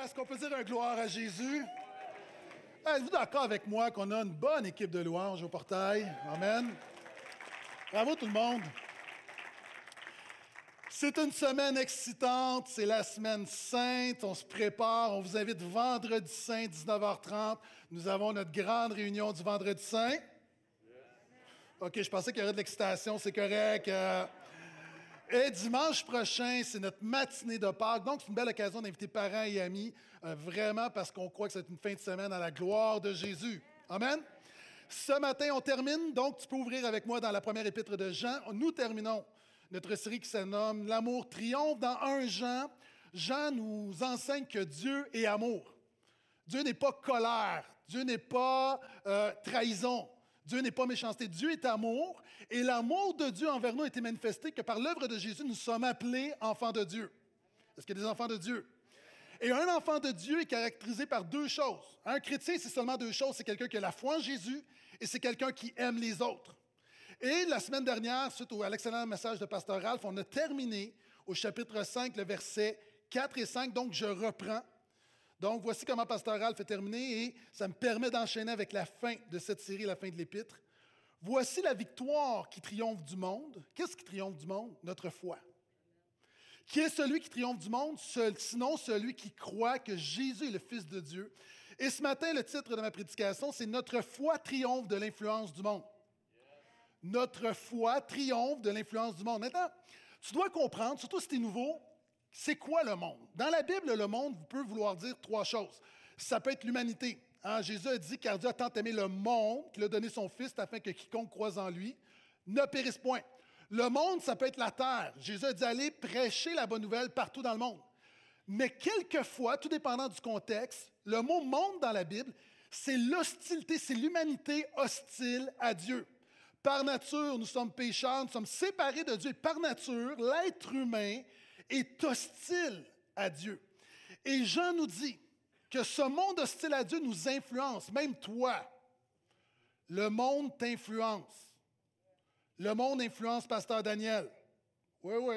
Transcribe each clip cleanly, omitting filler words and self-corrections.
Est-ce qu'on peut dire un gloire à Jésus? Êtes-vous d'accord avec moi qu'on a une bonne équipe de louanges au portail? Amen. Bravo tout le monde. C'est une semaine excitante, c'est la semaine sainte, on se prépare, on vous invite vendredi saint, 19h30. Nous avons notre grande réunion du vendredi saint. OK, je pensais qu'il y aurait de l'excitation, c'est correct. Et dimanche prochain, c'est notre matinée de Pâques. Donc, c'est une belle occasion d'inviter parents et amis, vraiment parce qu'on croit que c'est une fin de semaine à la gloire de Jésus. Amen. Ce matin, on termine, donc tu peux ouvrir avec moi dans la première épître de Jean. Nous terminons notre série qui se nomme « L'amour triomphe » dans 1 Jean. Jean nous enseigne que Dieu est amour. Dieu n'est pas colère. Dieu n'est pas trahison. Dieu n'est pas méchanceté. Dieu est amour. Et l'amour de Dieu envers nous a été manifesté que par l'œuvre de Jésus, nous sommes appelés enfants de Dieu. Est-ce qu'il y a des enfants de Dieu? Et un enfant de Dieu est caractérisé par deux choses. Un chrétien, c'est seulement deux choses. C'est quelqu'un qui a la foi en Jésus et c'est quelqu'un qui aime les autres. Et la semaine dernière, suite à l'excellent message de Pasteur Ralph, on a terminé au chapitre 5, le verset 4 et 5. Donc, je reprends. Donc, voici comment Pasteur Ralph est terminé et ça me permet d'enchaîner avec la fin de cette série, la fin de l'Épître. Voici la victoire qui triomphe du monde. Qu'est-ce qui triomphe du monde? Notre foi. Qui est celui qui triomphe du monde? Sinon, celui qui croit que Jésus est le Fils de Dieu. Et ce matin, le titre de ma prédication, c'est « Notre foi triomphe de l'influence du monde ». Notre foi triomphe de l'influence du monde. Maintenant, tu dois comprendre, surtout si tu es nouveau, c'est quoi le monde? Dans la Bible, le monde peut vouloir dire trois choses. Ça peut être l'humanité. Hein? Jésus a dit, car Dieu a tant aimé le monde qu'il a donné son Fils afin que quiconque croise en lui ne périsse point. Le monde, ça peut être la terre. Jésus a dit, allez prêcher la bonne nouvelle partout dans le monde. Mais quelquefois, tout dépendant du contexte, le mot « monde » dans la Bible, c'est l'hostilité, c'est l'humanité hostile à Dieu. Par nature, nous sommes pécheurs, nous sommes séparés de Dieu. Par nature, l'être humain est hostile à Dieu. Et Jean nous dit que ce monde hostile à Dieu nous influence, même toi. Le monde t'influence. Le monde influence Pasteur Daniel. Oui, oui.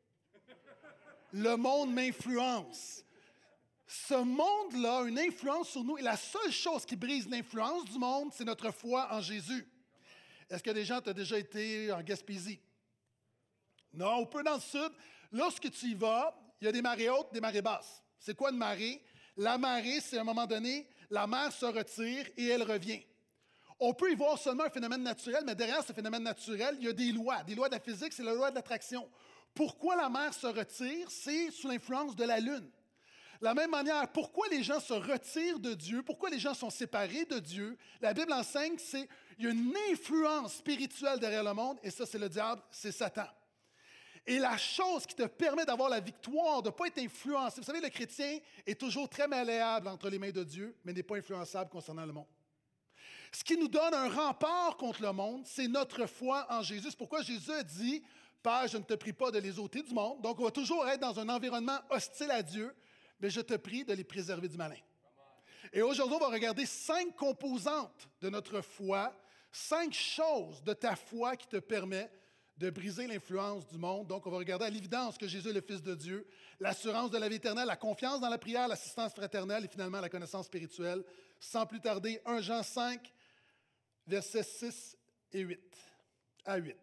Le monde m'influence. Ce monde-là a une influence sur nous et la seule chose qui brise l'influence du monde, c'est notre foi en Jésus. Est-ce que des gens t'ont déjà été en Gaspésie? Non, un peu dans le sud. Lorsque tu y vas, il y a des marées hautes, des marées basses. C'est quoi une marée? La marée, c'est à un moment donné, la mer se retire et elle revient. On peut y voir seulement un phénomène naturel, mais derrière ce phénomène naturel, il y a des lois. Des lois de la physique, c'est la loi de l'attraction. Pourquoi la mer se retire? C'est sous l'influence de la Lune. De la même manière, pourquoi les gens se retirent de Dieu? Pourquoi les gens sont séparés de Dieu? La Bible enseigne qu'il y a une influence spirituelle derrière le monde, et ça, c'est le diable, c'est Satan. Et la chose qui te permet d'avoir la victoire, de ne pas être influencé, vous savez, le chrétien est toujours très malléable entre les mains de Dieu, mais n'est pas influençable concernant le monde. Ce qui nous donne un rempart contre le monde, c'est notre foi en Jésus. C'est pourquoi Jésus a dit, « Père, je ne te prie pas de les ôter du monde. » Donc, on va toujours être dans un environnement hostile à Dieu, mais je te prie de les préserver du malin. Et aujourd'hui, on va regarder 5 composantes de notre foi, 5 choses de ta foi qui te permettent de briser l'influence du monde. Donc, on va regarder à l'évidence que Jésus est le Fils de Dieu, l'assurance de la vie éternelle, la confiance dans la prière, l'assistance fraternelle et finalement la connaissance spirituelle. Sans plus tarder, 1 Jean 5, versets 6 et 8 à 8.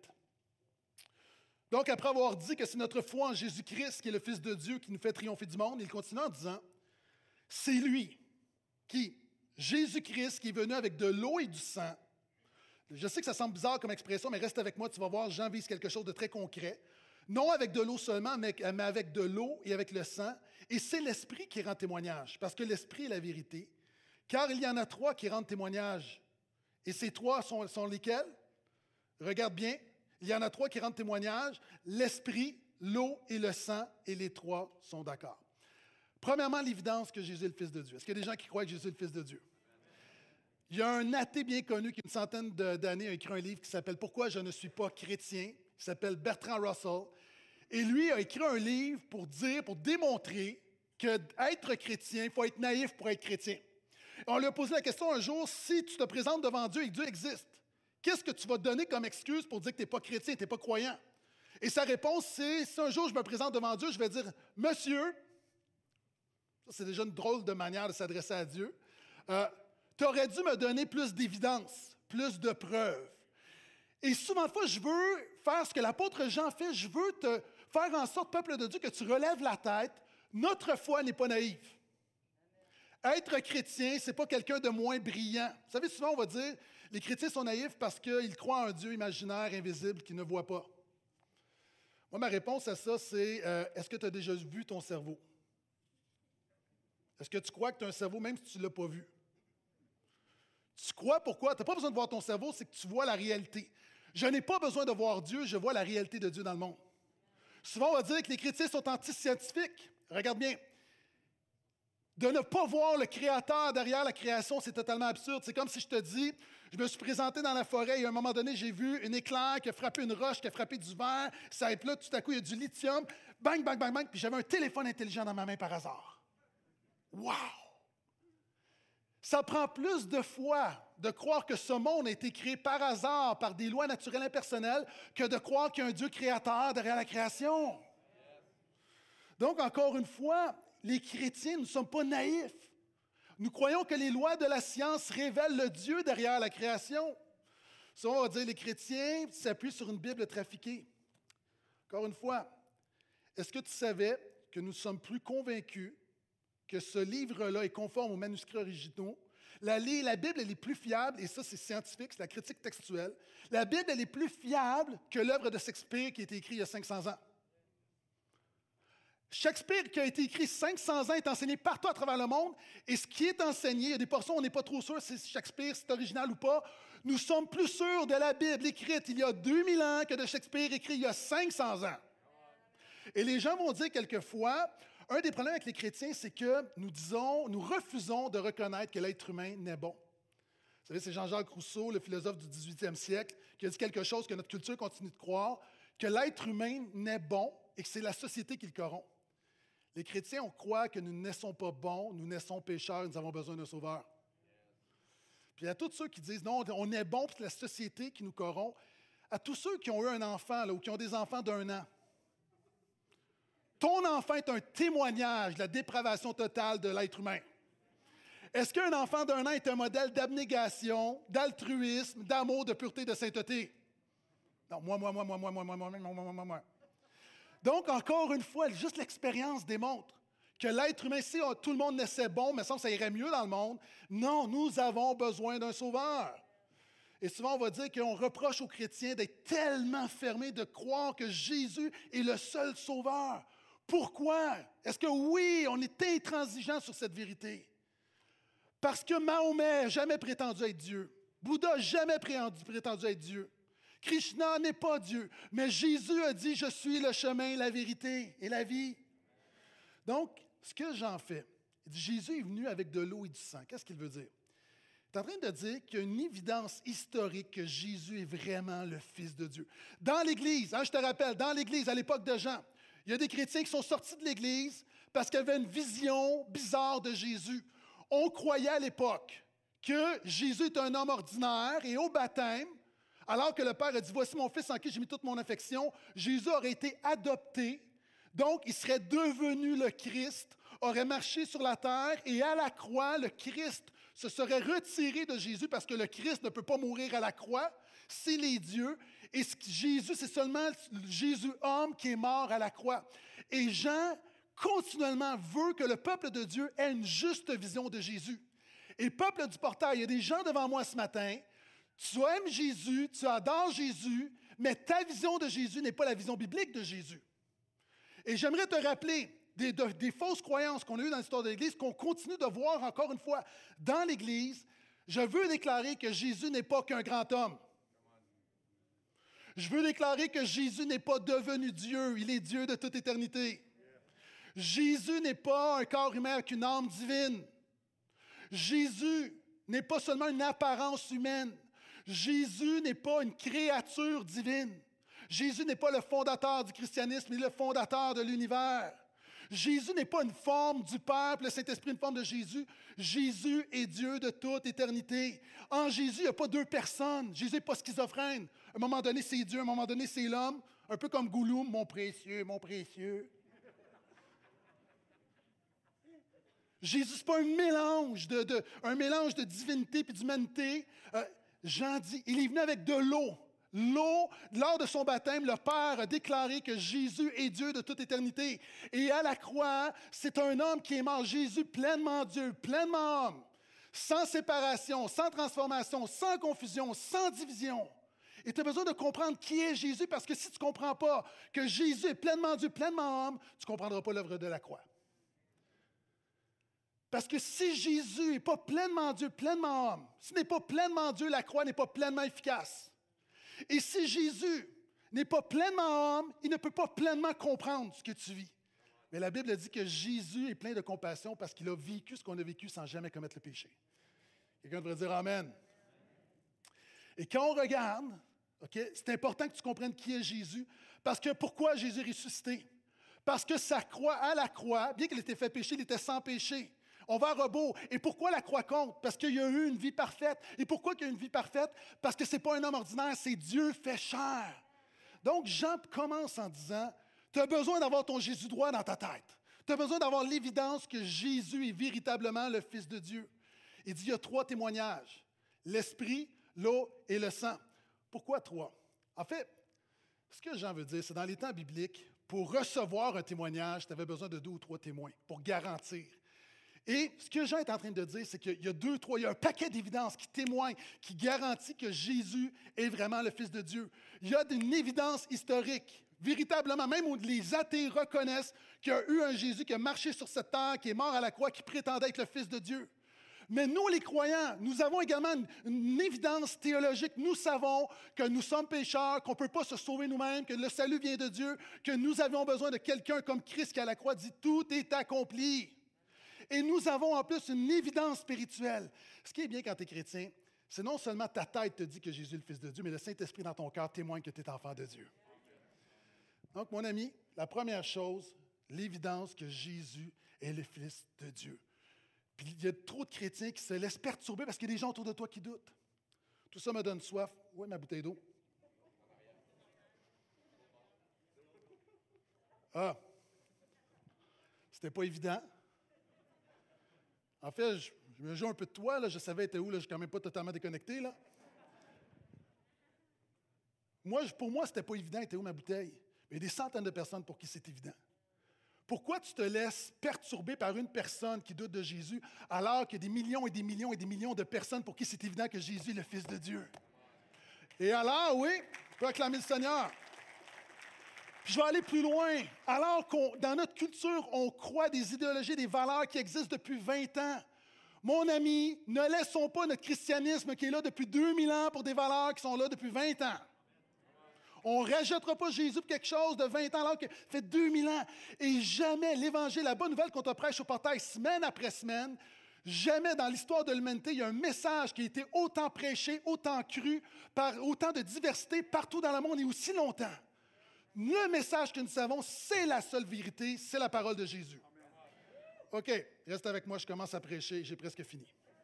Donc, après avoir dit que c'est notre foi en Jésus-Christ qui est le Fils de Dieu qui nous fait triompher du monde, il continue en disant, c'est lui Jésus-Christ, qui est venu avec de l'eau et du sang. Je sais que ça semble bizarre comme expression, mais reste avec moi, tu vas voir, Jean vise quelque chose de très concret. Non avec de l'eau seulement, mais avec de l'eau et avec le sang. Et c'est l'Esprit qui rend témoignage, parce que l'Esprit est la vérité. Car il y en a 3 qui rendent témoignage. Et ces 3 sont lesquels? Regarde bien. Il y en a 3 qui rendent témoignage, l'Esprit, l'eau et le sang, et les 3 sont d'accord. Premièrement, l'évidence que Jésus est le Fils de Dieu. Est-ce qu'il y a des gens qui croient que Jésus est le Fils de Dieu? Il y a un athée bien connu qui, une centaine d'années, a écrit un livre qui s'appelle « Pourquoi je ne suis pas chrétien ». Il s'appelle Bertrand Russell. Et lui a écrit un livre pour démontrer qu'être chrétien, il faut être naïf pour être chrétien. Et on lui a posé la question un jour, si tu te présentes devant Dieu et que Dieu existe, qu'est-ce que tu vas te donner comme excuse pour dire que tu n'es pas chrétien, tu n'es pas croyant? Et sa réponse, c'est, si un jour je me présente devant Dieu, je vais dire, « Monsieur, C'est déjà une drôle de manière de s'adresser à Dieu. Tu aurais dû me donner plus d'évidence, plus de preuves. Et souvent de fois, je veux faire ce que l'apôtre Jean fait. Je veux te faire en sorte, peuple de Dieu, que tu relèves la tête. Notre foi n'est pas naïve. Être chrétien, ce n'est pas quelqu'un de moins brillant. Vous savez, souvent, on va dire, les chrétiens sont naïfs parce qu'ils croient en un Dieu imaginaire, invisible, qu'ils ne voient pas. Moi, ma réponse à ça, c'est, est-ce que tu as déjà vu ton cerveau? Est-ce que tu crois que tu as un cerveau, même si tu ne l'as pas vu? Tu crois pourquoi? Tu n'as pas besoin de voir ton cerveau, c'est que tu vois la réalité. Je n'ai pas besoin de voir Dieu, je vois la réalité de Dieu dans le monde. Souvent, on va dire que les chrétiens sont anti-scientifiques. Regarde bien. De ne pas voir le Créateur derrière la création, c'est totalement absurde. C'est comme si je te dis, je me suis présenté dans la forêt et à un moment donné, j'ai vu une éclair qui a frappé une roche, qui a frappé du verre. Ça est là, tout à coup, il y a du lithium. Bang, bang, bang, bang. Puis j'avais un téléphone intelligent dans ma main par hasard. Wow! Ça prend plus de foi de croire que ce monde a été créé par hasard, par des lois naturelles impersonnelles, que de croire qu'il y a un Dieu créateur derrière la création. Donc, encore une fois, les chrétiens, nous ne sommes pas naïfs. Nous croyons que les lois de la science révèlent le Dieu derrière la création. Souvent, on va dire que les chrétiens s'appuient sur une Bible trafiquée. Encore une fois, est-ce que tu savais que nous sommes plus convaincus que ce livre-là est conforme aux manuscrits originaux? La Bible, elle est plus fiable, et ça, c'est scientifique, c'est la critique textuelle. La Bible, elle est plus fiable que l'œuvre de Shakespeare qui a été écrite il y a 500 ans. Shakespeare, qui a été écrit 500 ans, est enseigné partout à travers le monde. Et ce qui est enseigné, il y a des portions où on n'est pas trop sûr si Shakespeare, c'est original ou pas. Nous sommes plus sûrs de la Bible écrite il y a 2000 ans que de Shakespeare écrit il y a 500 ans. Et les gens vont dire quelquefois, un des problèmes avec les chrétiens, c'est que nous refusons de reconnaître que l'être humain n'est bon. Vous savez, c'est Jean-Jacques Rousseau, le philosophe du 18e siècle, qui a dit quelque chose que notre culture continue de croire, que l'être humain n'est bon et que c'est la société qui le corrompt. Les chrétiens, on croit que nous ne naissons pas bons, nous naissons pécheurs, nous avons besoin d'un sauveur. Puis à tous ceux qui disent non, on est bon, puis c'est la société qui nous corrompt, à tous ceux qui ont eu un enfant là, ou qui ont des enfants d'1 an, ton enfant est un témoignage de la dépravation totale de l'être humain. Est-ce qu'un enfant d'1 an est un modèle d'abnégation, d'altruisme, d'amour, de pureté, de sainteté? Non, moi. Donc, encore une fois, juste l'expérience démontre que l'être humain, si tout le monde naissait bon, mais ça irait mieux dans le monde. Non, nous avons besoin d'un sauveur. Et souvent, on va dire qu'on reproche aux chrétiens d'être tellement fermés, de croire que Jésus est le seul sauveur. Pourquoi? Est-ce que oui, on est intransigeant sur cette vérité? Parce que Mahomet n'a jamais prétendu être Dieu. Bouddha n'a jamais prétendu être Dieu. Krishna n'est pas Dieu, mais Jésus a dit « Je suis le chemin, la vérité et la vie ». Donc, ce que Jean fait, il dit « Jésus est venu avec de l'eau et du sang ». Qu'est-ce qu'il veut dire? Il est en train de dire qu'il y a une évidence historique que Jésus est vraiment le Fils de Dieu. Dans l'Église, je te rappelle, dans l'Église, à l'époque de Jean, il y a des chrétiens qui sont sortis de l'Église parce qu'ils avaient une vision bizarre de Jésus. On croyait à l'époque que Jésus est un homme ordinaire et au baptême, alors que le Père a dit « Voici mon Fils en qui j'ai mis toute mon affection », Jésus aurait été adopté, donc il serait devenu le Christ, aurait marché sur la terre et à la croix, le Christ se serait retiré de Jésus parce que le Christ ne peut pas mourir à la croix, s'il est Dieu. Et Jésus, c'est seulement Jésus homme qui est mort à la croix. Et Jean continuellement veut que le peuple de Dieu ait une juste vision de Jésus. Et peuple du portail, il y a des gens devant moi ce matin. Tu aimes Jésus, tu adores Jésus, mais ta vision de Jésus n'est pas la vision biblique de Jésus. Et j'aimerais te rappeler des fausses croyances qu'on a eues dans l'histoire de l'Église, qu'on continue de voir encore une fois dans l'Église. Je veux déclarer que Jésus n'est pas qu'un grand homme. Je veux déclarer que Jésus n'est pas devenu Dieu, il est Dieu de toute éternité. Jésus n'est pas un corps humain avec une âme divine. Jésus n'est pas seulement une apparence humaine. Jésus n'est pas une créature divine. Jésus n'est pas le fondateur du christianisme, il est le fondateur de l'univers. Jésus n'est pas une forme du Père, puis le Saint-Esprit une forme de Jésus. Jésus est Dieu de toute éternité. En Jésus, il n'y a pas deux personnes. Jésus n'est pas schizophrène. À un moment donné, c'est Dieu, à un moment donné, c'est l'homme. Un peu comme Gollum, mon précieux, mon précieux. Jésus, ce n'est pas un mélange de divinité et d'humanité. Jean dit, il est venu avec de l'eau. L'eau, lors de son baptême, le Père a déclaré que Jésus est Dieu de toute éternité. Et à la croix, c'est un homme qui est mort. Jésus, pleinement Dieu, pleinement homme, sans séparation, sans transformation, sans confusion, sans division. Et tu as besoin de comprendre qui est Jésus, parce que si tu ne comprends pas que Jésus est pleinement Dieu, pleinement homme, tu ne comprendras pas l'œuvre de la croix. Parce que si Jésus n'est pas pleinement Dieu, pleinement homme, s'il n'est pas pleinement Dieu, la croix n'est pas pleinement efficace. Et si Jésus n'est pas pleinement homme, il ne peut pas pleinement comprendre ce que tu vis. Mais la Bible dit que Jésus est plein de compassion parce qu'il a vécu ce qu'on a vécu sans jamais commettre le péché. Quelqu'un devrait dire Amen. Et quand on regarde, c'est important que tu comprennes qui est Jésus, parce que pourquoi Jésus est ressuscité? Parce que sa croix, à la croix, bien qu'il ait été fait péché, il était sans péché. On va à rebours. Et pourquoi la croix compte? Parce qu'il y a eu une vie parfaite. Et pourquoi il y a eu une vie parfaite? Parce que ce n'est pas un homme ordinaire, c'est Dieu fait chair. Donc, Jean commence en disant, tu as besoin d'avoir ton Jésus droit dans ta tête. Tu as besoin d'avoir l'évidence que Jésus est véritablement le Fils de Dieu. Il dit, il y a 3 témoignages. L'Esprit, l'eau et le sang. Pourquoi 3? En fait, ce que Jean veut dire, c'est dans les temps bibliques, pour recevoir un témoignage, tu avais besoin de 2 ou 3 témoins pour garantir. Et ce que Jean est en train de dire, c'est qu'il y a 2, 3, il y a un paquet d'évidences qui témoignent, qui garantit que Jésus est vraiment le Fils de Dieu. Il y a une évidence historique, véritablement, même où les athées reconnaissent qu'il y a eu un Jésus qui a marché sur cette terre, qui est mort à la croix, qui prétendait être le Fils de Dieu. Mais nous, les croyants, nous avons également une évidence théologique. Nous savons que nous sommes pécheurs, qu'on ne peut pas se sauver nous-mêmes, que le salut vient de Dieu, que nous avions besoin de quelqu'un comme Christ qui, à la croix, dit « Tout est accompli ». Et nous avons en plus une évidence spirituelle. Ce qui est bien quand tu es chrétien, c'est non seulement ta tête te dit que Jésus est le Fils de Dieu, mais le Saint-Esprit dans ton cœur témoigne que tu es enfant de Dieu. Donc, mon ami, la première chose, l'évidence que Jésus est le Fils de Dieu. Puis il y a trop de chrétiens qui se laissent perturber parce qu'il y a des gens autour de toi qui doutent. Tout ça me donne soif. Où est ma bouteille d'eau? Ah! C'était pas évident. En fait, je me joue un peu de toi, là, je savais être où, là, je ne suis quand même pas totalement déconnecté. Là. Pour moi, ce n'était pas évident, était où ma bouteille? Mais il y a des centaines de personnes pour qui c'est évident. Pourquoi tu te laisses perturber par une personne qui doute de Jésus, alors qu'il y a des millions et des millions et des millions de personnes pour qui c'est évident que Jésus est le Fils de Dieu? Et alors, oui, tu peux acclamer le Seigneur. Puis je vais aller plus loin. Alors que dans notre culture, on croit des idéologies, des valeurs qui existent depuis 20 ans. Mon ami, ne laissons pas notre christianisme qui est là depuis 2000 ans pour des valeurs qui sont là depuis 20 ans. On ne rajoutera pas Jésus pour quelque chose de 20 ans alors que ça fait 2000 ans. Et jamais l'Évangile, la bonne nouvelle qu'on te prêche au portail semaine après semaine, jamais dans l'histoire de l'humanité, il y a un message qui a été autant prêché, autant cru, par autant de diversité partout dans le monde et aussi longtemps. Le message que nous savons, c'est la seule vérité, c'est la parole de Jésus. OK, reste avec moi, je commence à prêcher, j'ai presque fini.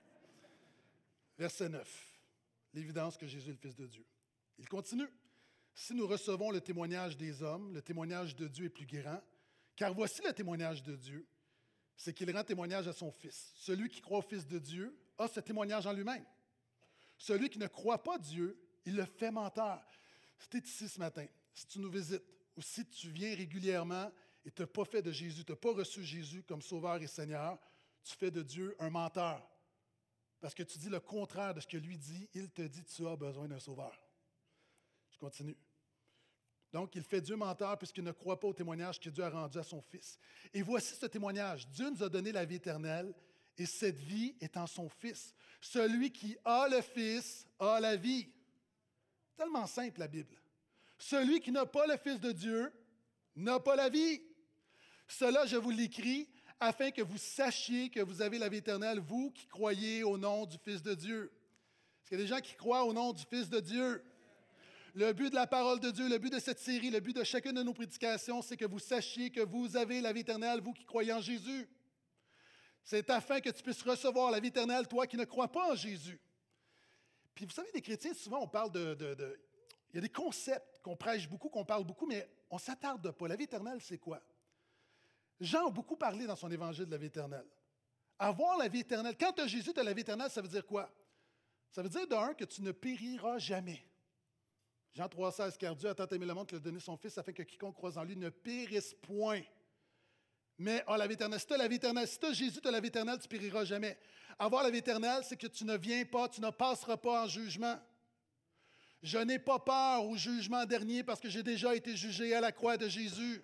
Verset 9, l'évidence que Jésus est le Fils de Dieu. Il continue. Si nous recevons le témoignage des hommes, le témoignage de Dieu est plus grand, car voici le témoignage de Dieu, c'est qu'il rend témoignage à son Fils. Celui qui croit au Fils de Dieu a ce témoignage en lui-même. Celui qui ne croit pas Dieu, il le fait menteur. Si tu es ici ce matin, si tu nous visites, ou si tu viens régulièrement et tu n'as pas fait de Jésus, tu n'as pas reçu Jésus comme Sauveur et Seigneur, tu fais de Dieu un menteur. Parce que tu dis le contraire de ce que lui dit, il te dit tu as besoin d'un Sauveur. Je continue. Donc, il fait Dieu menteur puisqu'il ne croit pas au témoignage que Dieu a rendu à son Fils. Et voici ce témoignage. Dieu nous a donné la vie éternelle et cette vie est en son Fils. Celui qui a le Fils a la vie. Tellement simple la Bible. Celui qui n'a pas le Fils de Dieu n'a pas la vie. Cela, je vous l'écris afin que vous sachiez que vous avez la vie éternelle, vous qui croyez au nom du Fils de Dieu. Est-ce qu'il y a des gens qui croient au nom du Fils de Dieu? Le but de la parole de Dieu, le but de cette série, le but de chacune de nos prédications, c'est que vous sachiez que vous avez la vie éternelle, vous qui croyez en Jésus. C'est afin que tu puisses recevoir la vie éternelle, toi qui ne crois pas en Jésus. Puis vous savez, les chrétiens, souvent on parle il y a des concepts qu'on prêche beaucoup, qu'on parle beaucoup, mais on ne s'attarde pas. La vie éternelle, c'est quoi? Jean a beaucoup parlé dans son évangile de la vie éternelle. Avoir la vie éternelle. Quand tu as Jésus, tu as la vie éternelle, ça veut dire quoi? Ça veut dire d'un que tu ne périras jamais. Jean 3,16, car Dieu a tant aimé le monde qu'il a donné son Fils afin que quiconque croise en lui ne périsse point, mais a la vie éternelle. Si tu as la vie éternelle, si tu as Jésus, tu as la vie éternelle, tu ne périras jamais. Avoir la vie éternelle, c'est que tu ne viens pas, tu ne passeras pas en jugement. Je n'ai pas peur au jugement dernier parce que j'ai déjà été jugé à la croix de Jésus.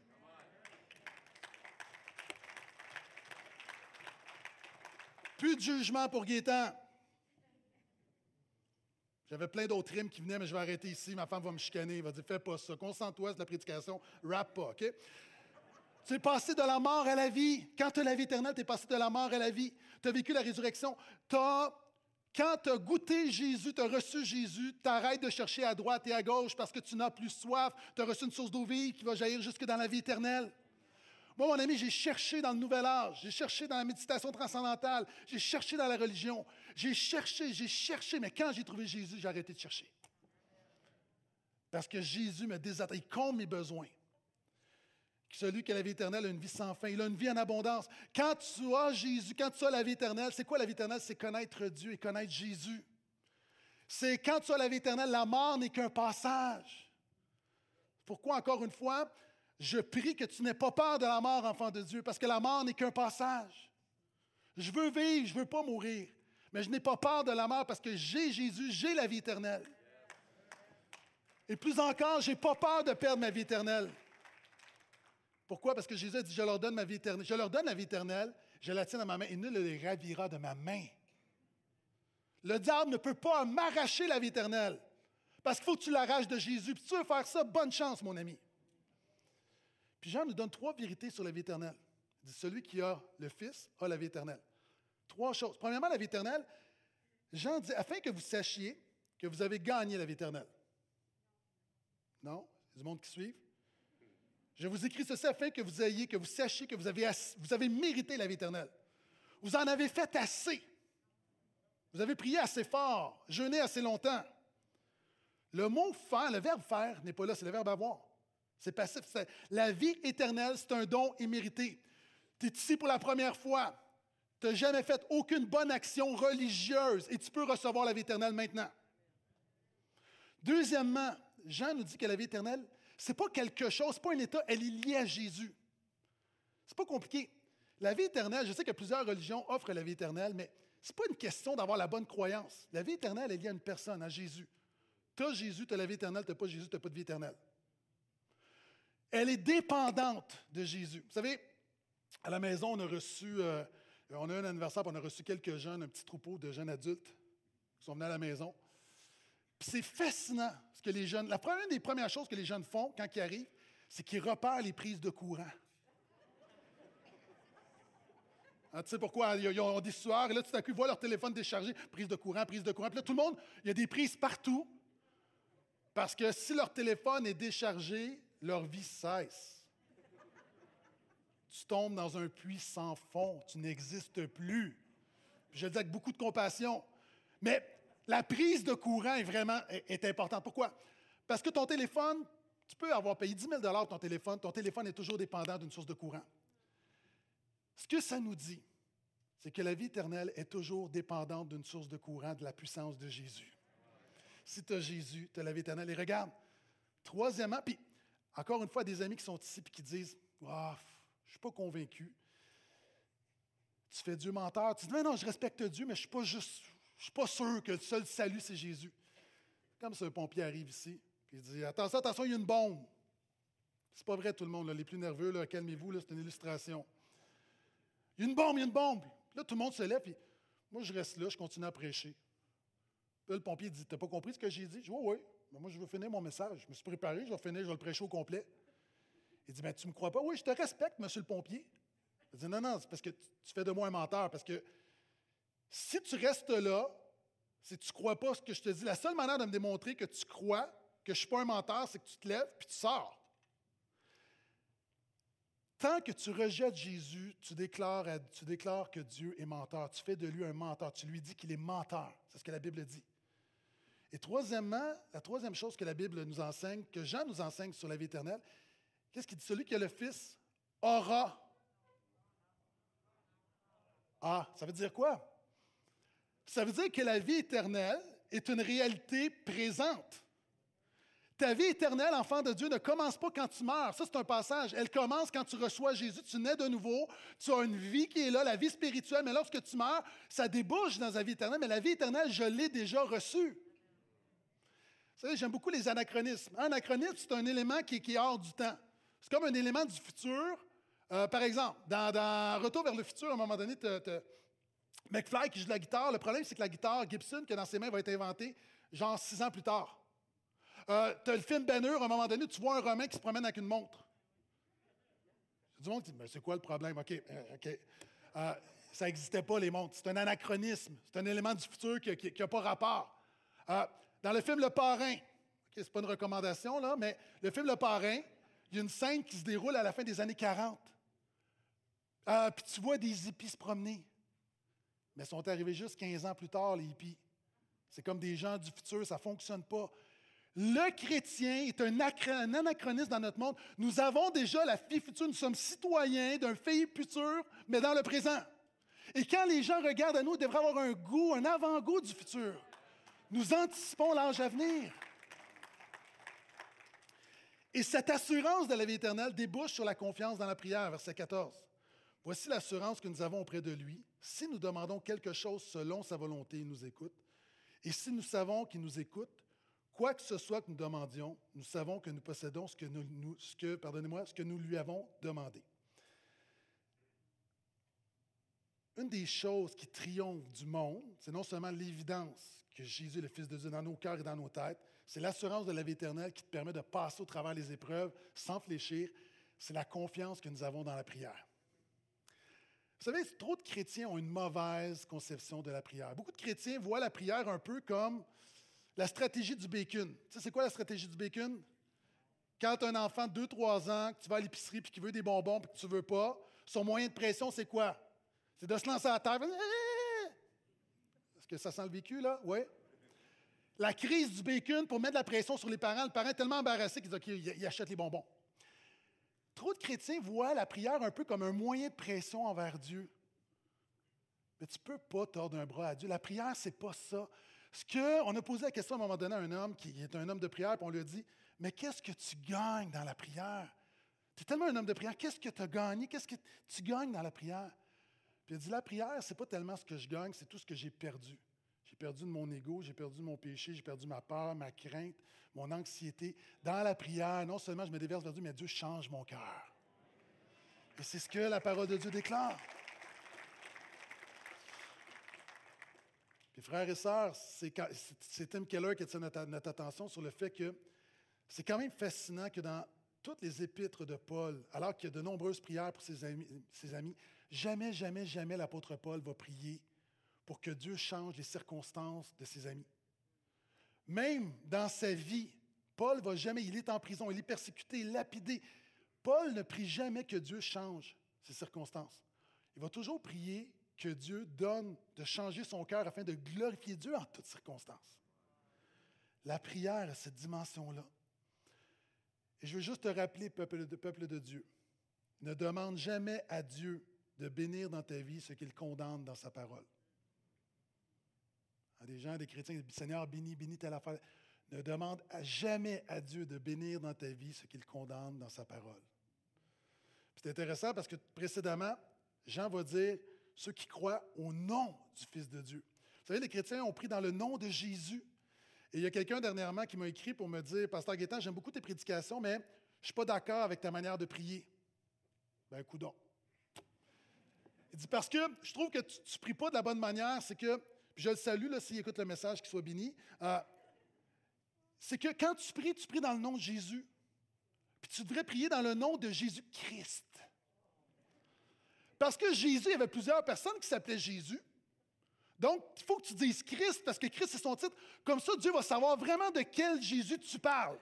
Plus de jugement pour Gaétan. J'avais plein d'autres rimes qui venaient, mais je vais arrêter ici. Ma femme va me chicaner. Elle va dire, fais pas ça. Concentre-toi sur la prédication. Rappe pas, OK? Tu es passé de la mort à la vie. Quand tu as la vie éternelle, tu es passé de la mort à la vie. Tu as vécu la résurrection. Quand tu as goûté Jésus, tu as reçu Jésus, tu arrêtes de chercher à droite et à gauche parce que tu n'as plus soif. Tu as reçu une source d'eau vive qui va jaillir jusque dans la vie éternelle. Moi, mon ami, j'ai cherché dans le nouvel âge, j'ai cherché dans la méditation transcendantale, j'ai cherché dans la religion, j'ai cherché, mais quand j'ai trouvé Jésus, j'ai arrêté de chercher. Parce que Jésus me désattend, il comble mes besoins. Celui qui a la vie éternelle a une vie sans fin, il a une vie en abondance. Quand tu as Jésus, quand tu as la vie éternelle, c'est quoi la vie éternelle? C'est connaître Dieu et connaître Jésus. C'est quand tu as la vie éternelle, la mort n'est qu'un passage. Pourquoi, encore une fois, je prie que tu n'aies pas peur de la mort, enfant de Dieu, parce que la mort n'est qu'un passage. Je veux vivre, je ne veux pas mourir, mais je n'ai pas peur de la mort parce que j'ai Jésus, j'ai la vie éternelle. Et plus encore, je n'ai pas peur de perdre ma vie éternelle. Pourquoi? Parce que Jésus a dit, je leur donne ma vie éternelle. Je leur donne la vie éternelle, je la tiens dans ma main et nul ne les ravira de ma main. Le diable ne peut pas m'arracher la vie éternelle parce qu'il faut que tu l'arraches de Jésus. Puis si tu veux faire ça, bonne chance, mon ami. Puis Jean nous donne 3 vérités sur la vie éternelle. Il dit, celui qui a le Fils a la vie éternelle. 3 choses. Premièrement, la vie éternelle, Jean dit, afin que vous sachiez que vous avez gagné la vie éternelle. Non? Il y a du monde qui suit. Je vous écris ceci afin que vous sachiez que vous avez mérité la vie éternelle. Vous en avez fait assez. Vous avez prié assez fort, jeûné assez longtemps. Le mot faire, le verbe faire n'est pas là, c'est le verbe avoir. C'est passif. La vie éternelle, c'est un don immérité. Tu es ici pour la première fois. Tu n'as jamais fait aucune bonne action religieuse et tu peux recevoir la vie éternelle maintenant. Deuxièmement, Jean nous dit que la vie éternelle, ce n'est pas quelque chose, ce n'est pas un état, elle est liée à Jésus. Ce n'est pas compliqué. La vie éternelle, je sais que plusieurs religions offrent la vie éternelle, mais ce n'est pas une question d'avoir la bonne croyance. La vie éternelle est liée à une personne, à Jésus. Tu as Jésus, tu as la vie éternelle, tu n'as pas Jésus, tu n'as pas de vie éternelle. Elle est dépendante de Jésus. Vous savez, à la maison, on a eu un anniversaire, on a reçu quelques jeunes, un petit troupeau de jeunes adultes qui sont venus à la maison. Puis c'est fascinant ce que les jeunes. Une des premières choses que les jeunes font quand ils arrivent, c'est qu'ils repèrent les prises de courant. Hein, tu sais pourquoi? Ils ont des sueurs, et là, tout à coup, ils voient leur téléphone déchargé, prise de courant. Puis là, tout le monde, il y a des prises partout. Parce que si leur téléphone est déchargé, leur vie cesse. Tu tombes dans un puits sans fond. Tu n'existes plus. Puis je le dis avec beaucoup de compassion. Mais la prise de courant est importante. Pourquoi? Parce que ton téléphone, tu peux avoir payé 10 000 $, ton téléphone est toujours dépendant d'une source de courant. Ce que ça nous dit, c'est que la vie éternelle est toujours dépendante d'une source de courant, de la puissance de Jésus. Si tu as Jésus, tu as la vie éternelle. Et regarde, troisièmement, puis encore une fois, des amis qui sont ici et qui disent « Ah, je ne suis pas convaincu. » Tu fais Dieu menteur. Tu dis « Non, je respecte Dieu, mais je ne suis pas sûr que le seul salut, c'est Jésus. » Comme ça, un pompier arrive ici, puis il dit « Attention, il y a une bombe. » C'est pas vrai, tout le monde. Là, les plus nerveux, là, calmez-vous, là, c'est une illustration. Il y a une bombe. Puis là, tout le monde se lève, puis moi, je reste là, je continue à prêcher. Puis là, le pompier dit « T'as pas compris ce que j'ai dit? » Je dis « Oui. Mais moi, je veux finir mon message. Je me suis préparé, je vais finir, je vais le prêcher au complet. » Il dit « Tu ne me crois pas? » « Oui, je te respecte, monsieur le pompier. » Il dit « Non, c'est parce que tu fais de moi un menteur. Parce que si tu restes là, si tu ne crois pas ce que je te dis, la seule manière de me démontrer que tu crois que je ne suis pas un menteur, c'est que tu te lèves puis tu sors. Tant que tu rejettes Jésus, tu déclares que Dieu est menteur. Tu fais de lui un menteur. Tu lui dis qu'il est menteur. C'est ce que la Bible dit. Et troisièmement, la troisième chose que la Bible nous enseigne, que Jean nous enseigne sur la vie éternelle, qu'est-ce qu'il dit? Celui qui a le Fils aura. Ah, ça veut dire quoi? Ça veut dire que la vie éternelle est une réalité présente. Ta vie éternelle, enfant de Dieu, ne commence pas quand tu meurs. Ça, c'est un passage. Elle commence quand tu reçois Jésus, tu nais de nouveau, tu as une vie qui est là, la vie spirituelle, mais lorsque tu meurs, ça débouche dans la vie éternelle, mais la vie éternelle, je l'ai déjà reçue. Vous savez, j'aime beaucoup les anachronismes. Un anachronisme, c'est un élément qui est hors du temps. C'est comme un élément du futur. Par exemple, dans Retour vers le futur, à un moment donné, McFly qui joue de la guitare. Le problème, c'est que la guitare Gibson, qui est dans ses mains, va être inventée genre 6 ans plus tard. Tu as le film Ben Hur, à un moment donné, tu vois un Romain qui se promène avec une montre. Du monde qui dit, mais c'est quoi le problème? OK. Ça n'existait pas, les montres. C'est un anachronisme. C'est un élément du futur qui n'a pas rapport. Dans le film Le Parrain, ce n'est pas une recommandation, là, mais le film Le Parrain, il y a une scène qui se déroule à la fin des années 40. Puis tu vois des hippies se promener. Mais ils sont arrivés juste 15 ans plus tard, les hippies. C'est comme des gens du futur, ça ne fonctionne pas. Le chrétien est un anachronisme dans notre monde. Nous avons déjà la vie future, nous sommes citoyens d'un pays futur, mais dans le présent. Et quand les gens regardent à nous, ils devraient avoir un goût, un avant-goût du futur. Nous anticipons l'âge à venir. Et cette assurance de la vie éternelle débouche sur la confiance dans la prière, verset 14. Voici l'assurance que nous avons auprès de lui. Si nous demandons quelque chose selon sa volonté, il nous écoute. Et si nous savons qu'il nous écoute, quoi que ce soit que nous demandions, nous savons que nous possédons ce que nous lui avons demandé. Une des choses qui triomphe du monde, c'est non seulement l'évidence que Jésus est le Fils de Dieu dans nos cœurs et dans nos têtes, c'est l'assurance de la vie éternelle qui te permet de passer au travers des épreuves sans fléchir. C'est la confiance que nous avons dans la prière. Vous savez, trop de chrétiens ont une mauvaise conception de la prière. Beaucoup de chrétiens voient la prière un peu comme la stratégie du bacon. Tu sais, c'est quoi la stratégie du bacon? Quand tu as un enfant de 2-3 ans, que tu vas à l'épicerie et qu'il veut des bonbons et que tu ne veux pas, son moyen de pression, c'est quoi? C'est de se lancer à terre. Est-ce que ça sent le vécu, là? Oui. La crise du bacon pour mettre de la pression sur les parents. Le parent est tellement embarrassé qu'il dit OK, il achète les bonbons. Trop de chrétiens voient la prière un peu comme un moyen de pression envers Dieu. Mais tu ne peux pas tordre un bras à Dieu. La prière, ce n'est pas ça. On a posé la question à un moment donné à un homme qui est un homme de prière, puis on lui a dit, mais qu'est-ce que tu gagnes dans la prière? Tu es tellement un homme de prière, qu'est-ce que tu as gagné? Qu'est-ce que tu gagnes dans la prière? Puis il a dit, la prière, ce n'est pas tellement ce que je gagne, c'est tout ce que j'ai perdu. J'ai perdu de mon ego, j'ai perdu de mon péché, j'ai perdu ma peur, ma crainte, mon anxiété. Dans la prière, non seulement je me déverse vers Dieu, mais Dieu change mon cœur. Et c'est ce que la parole de Dieu déclare. Puis frères et sœurs, c'est Tim Keller qui attire notre attention sur le fait que c'est quand même fascinant que dans toutes les épîtres de Paul, alors qu'il y a de nombreuses prières pour ses amis, jamais l'apôtre Paul va prier pour que Dieu change les circonstances de ses amis. Même dans sa vie, Paul ne va jamais, il est en prison, il est persécuté, lapidé. Paul ne prie jamais que Dieu change ses circonstances. Il va toujours prier que Dieu donne de changer son cœur afin de glorifier Dieu en toutes circonstances. La prière a cette dimension-là. Et je veux juste te rappeler, peuple de Dieu, ne demande jamais à Dieu de bénir dans ta vie ce qu'il condamne dans sa parole. Des gens, des chrétiens, ils disent, Seigneur, bénis telle affaire. Ne demande jamais à Dieu de bénir dans ta vie ce qu'il condamne dans sa parole. C'est intéressant parce que précédemment, Jean va dire ceux qui croient au nom du Fils de Dieu. Vous savez, les chrétiens ont pris dans le nom de Jésus. Et il y a quelqu'un dernièrement qui m'a écrit pour me dire, Pasteur Gaétan, j'aime beaucoup tes prédications, mais je ne suis pas d'accord avec ta manière de prier. Ben, coudonc. Il dit, parce que je trouve que tu ne pries pas de la bonne manière, c'est que, puis je le salue, là, s'il écoute le message, qu'il soit béni, c'est que quand tu pries dans le nom de Jésus. Puis tu devrais prier dans le nom de Jésus-Christ. Parce que Jésus, il y avait plusieurs personnes qui s'appelaient Jésus. Donc, il faut que tu dises Christ, parce que Christ, c'est son titre. Comme ça, Dieu va savoir vraiment de quel Jésus tu parles.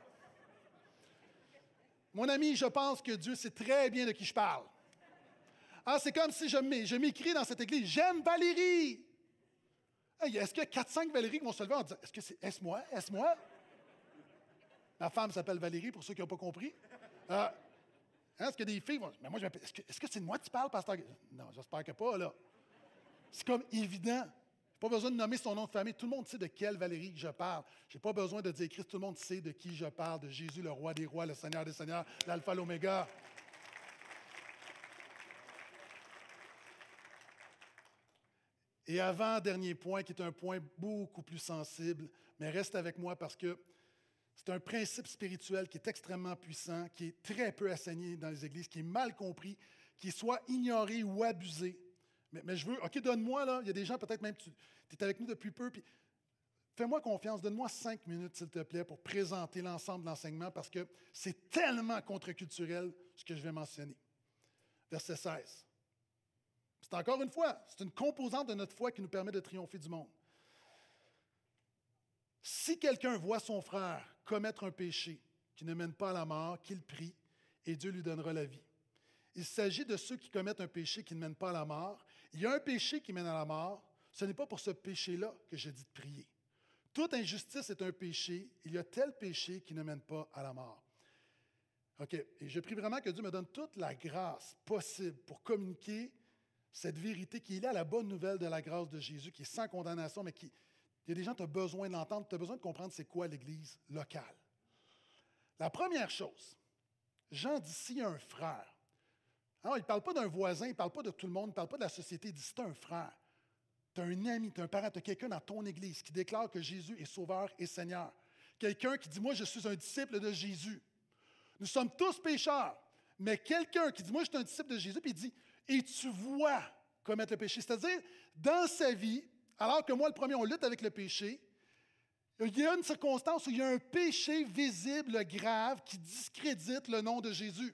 Mon ami, je pense que Dieu sait très bien de qui je parle. C'est comme si je m'écris dans cette église, j'aime Valérie. Hey, est-ce qu'il y a 4-5 Valérie qui vont se lever en disant, est-ce moi? Ma femme s'appelle Valérie, pour ceux qui n'ont pas compris. Est-ce que des filles vont... Mais moi, je m'appelle... Est-ce que c'est de moi que tu parles, pasteur? Non, j'espère que pas, là. C'est comme évident. Je n'ai pas besoin de nommer son nom de famille. Tout le monde sait de quelle Valérie je parle. Je n'ai pas besoin de dire Christ. Tout le monde sait de qui je parle, de Jésus, le roi des rois, le Seigneur des seigneurs, l'alpha, l'oméga. Et avant-dernier point, qui est un point beaucoup plus sensible, mais reste avec moi parce que c'est un principe spirituel qui est extrêmement puissant, qui est très peu enseigné dans les églises, qui est mal compris, qui est soit ignoré ou abusé. Mais je veux, OK, donne-moi, là, il y a des gens, peut-être même, tu es avec nous depuis peu, puis fais-moi confiance, donne-moi 5 minutes, s'il te plaît, pour présenter l'ensemble de l'enseignement, parce que c'est tellement contre-culturel, ce que je vais mentionner. Verset 16. C'est encore une fois, c'est une composante de notre foi qui nous permet de triompher du monde. Si quelqu'un voit son frère commettre un péché qui ne mène pas à la mort, qu'il prie, et Dieu lui donnera la vie. Il s'agit de ceux qui commettent un péché qui ne mène pas à la mort. Il y a un péché qui mène à la mort. Ce n'est pas pour ce péché-là que je dis de prier. Toute injustice est un péché. Il y a tel péché qui ne mène pas à la mort. OK. Et je prie vraiment que Dieu me donne toute la grâce possible pour communiquer cette vérité qui est là, la bonne nouvelle de la grâce de Jésus, qui est sans condamnation, mais qui, il y a des gens, tu as besoin d'entendre, tu as besoin de comprendre c'est quoi l'Église locale. La première chose, Jean dit, s'il y a un frère, alors, il ne parle pas d'un voisin, il ne parle pas de tout le monde, il ne parle pas de la société, il dit, c'est un frère, tu as un ami, tu as un parent, tu as quelqu'un dans ton Église qui déclare que Jésus est Sauveur et Seigneur. Quelqu'un qui dit, moi, je suis un disciple de Jésus. Nous sommes tous pécheurs, mais quelqu'un qui dit, moi, je suis un disciple de Jésus, puis il dit, et tu vois commettre le péché. C'est-à-dire, dans sa vie, alors que moi, le premier, on lutte avec le péché, il y a une circonstance où il y a un péché visible, grave, qui discrédite le nom de Jésus.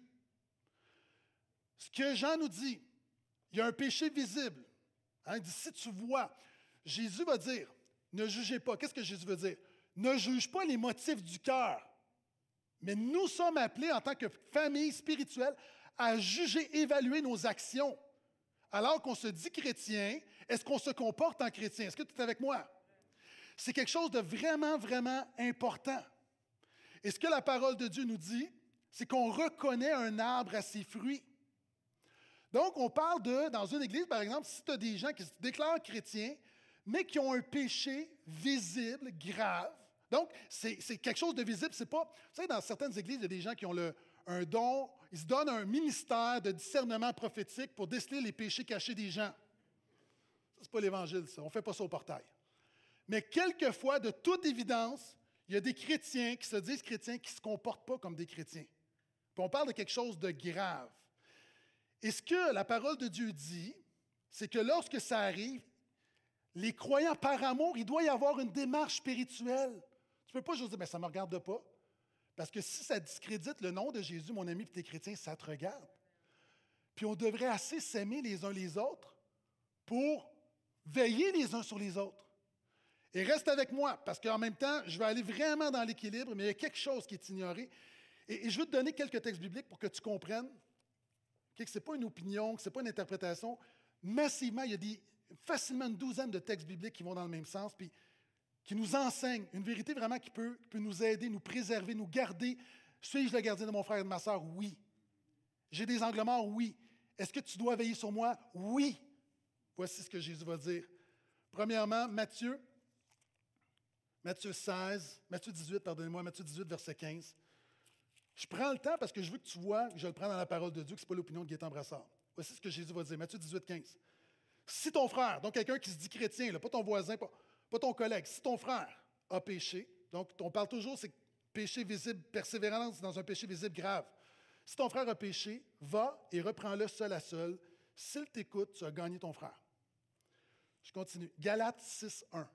Ce que Jean nous dit, il y a un péché visible. Hein, il dit, si tu vois, Jésus va dire, ne jugez pas. Qu'est-ce que Jésus veut dire? Ne juge pas les motifs du cœur. Mais nous sommes appelés en tant que famille spirituelle à juger, évaluer nos actions. Alors qu'on se dit chrétien, est-ce qu'on se comporte en chrétien? Est-ce que tu es avec moi? C'est quelque chose de vraiment, vraiment important. Et ce que la parole de Dieu nous dit, c'est qu'on reconnaît un arbre à ses fruits. Donc, on parle de, dans une église, par exemple, si tu as des gens qui se déclarent chrétiens, mais qui ont un péché visible, grave. Donc, c'est quelque chose de visible. C'est pas, vous savez, dans certaines églises, il y a des gens qui ont un don, ils se donnent un ministère de discernement prophétique pour déceler les péchés cachés des gens. Ça, c'est pas l'Évangile, ça. On ne fait pas ça au portail. Mais quelquefois, de toute évidence, il y a des chrétiens qui se disent chrétiens qui ne se comportent pas comme des chrétiens. Puis on parle de quelque chose de grave. Et ce que la parole de Dieu dit, c'est que lorsque ça arrive, les croyants par amour, il doit y avoir une démarche spirituelle. Tu ne peux pas juste dire, mais ça ne me regarde pas. Parce que si ça discrédite le nom de Jésus, mon ami, puis tu es chrétien, ça te regarde. Puis on devrait assez s'aimer les uns les autres pour veiller les uns sur les autres. Et reste avec moi, parce qu'en même temps, je vais aller vraiment dans l'équilibre, mais il y a quelque chose qui est ignoré. Et je veux te donner quelques textes bibliques pour que tu comprennes que ce n'est pas une opinion, que ce n'est pas une interprétation. Massivement, il y a facilement une douzaine de textes bibliques qui vont dans le même sens, puis qui nous enseignent une vérité vraiment qui peut nous aider, nous préserver, nous garder. Suis-je le gardien de mon frère et de ma sœur? Oui. J'ai des angles morts? Oui. Est-ce que tu dois veiller sur moi? Oui. Voici ce que Jésus va dire. Premièrement, Matthieu 18, pardonnez-moi, Matthieu 18, verset 15. Je prends le temps parce que je veux que tu vois, que je le prends dans la parole de Dieu, que ce n'est pas l'opinion de Gaétan Brassard. Voici ce que Jésus va dire, Matthieu 18, 15. Si ton frère, donc quelqu'un qui se dit chrétien, là, pas ton voisin, pas ton collègue, si ton frère a péché, donc on parle toujours, c'est péché visible, persévérance dans un péché visible grave. Si ton frère a péché, va et reprends-le seul à seul. S'il t'écoute, tu as gagné ton frère. Je continue. Galates 6, 1.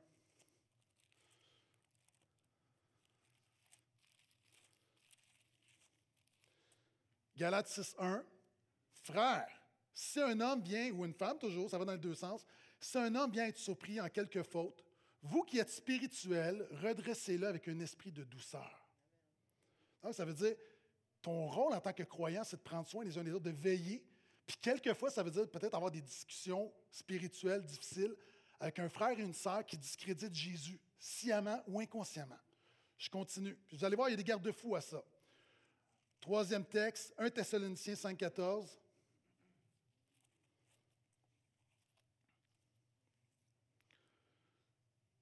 Galates 6, 1. Frère, si un homme vient, ou une femme toujours, ça va dans les deux sens, si un homme vient être surpris en quelque faute, vous qui êtes spirituels, redressez-le avec un esprit de douceur. Donc, ça veut dire, ton rôle en tant que croyant, c'est de prendre soin les uns des autres, de veiller. Puis quelquefois, ça veut dire peut-être avoir des discussions spirituelles difficiles avec un frère et une sœur qui discréditent Jésus, sciemment ou inconsciemment. Je continue. Puis vous allez voir, il y a des garde-fous à ça. Troisième texte, 1 Thessaloniciens 5, 14.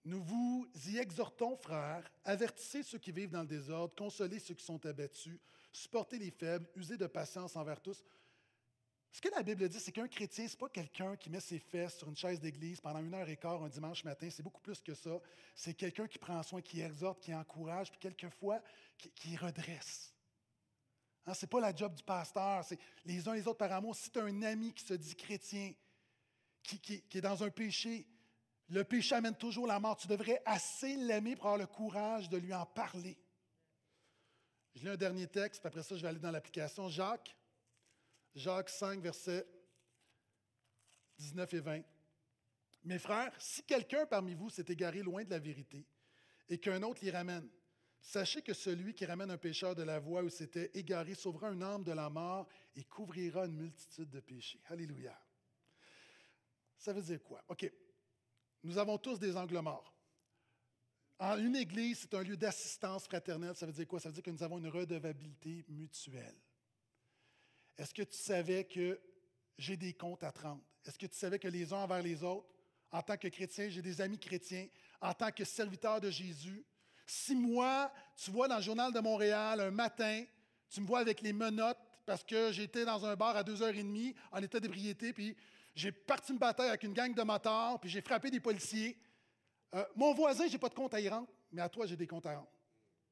Nous vous y exhortons, frères, avertissez ceux qui vivent dans le désordre, consolez ceux qui sont abattus, supportez les faibles, usez de patience envers tous. Ce que la Bible dit, c'est qu'un chrétien, ce n'est pas quelqu'un qui met ses fesses sur une chaise d'église pendant 1 heure et quart un dimanche matin. C'est beaucoup plus que ça. C'est quelqu'un qui prend soin, qui exhorte, qui encourage, puis quelquefois, qui redresse. Hein, ce n'est pas la job du pasteur. C'est les uns les autres par amour. Si tu as un ami qui se dit chrétien, qui est dans un péché, le péché amène toujours la mort. Tu devrais assez l'aimer pour avoir le courage de lui en parler. Je lis un dernier texte, puis après ça, je vais aller dans l'application. Jacques 5, versets 19 et 20. « Mes frères, si quelqu'un parmi vous s'est égaré loin de la vérité et qu'un autre l'y ramène, sachez que celui qui ramène un pécheur de la voie où s'était égaré sauvera une âme de la mort et couvrira une multitude de péchés. » Alléluia. Ça veut dire quoi? OK. Nous avons tous des angles morts. Une église, c'est un lieu d'assistance fraternelle. Ça veut dire quoi? Ça veut dire que nous avons une redevabilité mutuelle. Est-ce que tu savais que j'ai des comptes à te rendre? Est-ce que tu savais que les uns envers les autres, en tant que chrétien, j'ai des amis chrétiens, en tant que serviteur de Jésus, si moi, tu vois dans le Journal de Montréal, un matin, tu me vois avec les menottes parce que j'étais dans un bar à 2h30 en état d'ébriété, puis j'ai parti une bataille avec une gang de motards, puis j'ai frappé des policiers. Mon voisin, je n'ai pas de compte à y rendre, mais à toi, j'ai des comptes à rendre.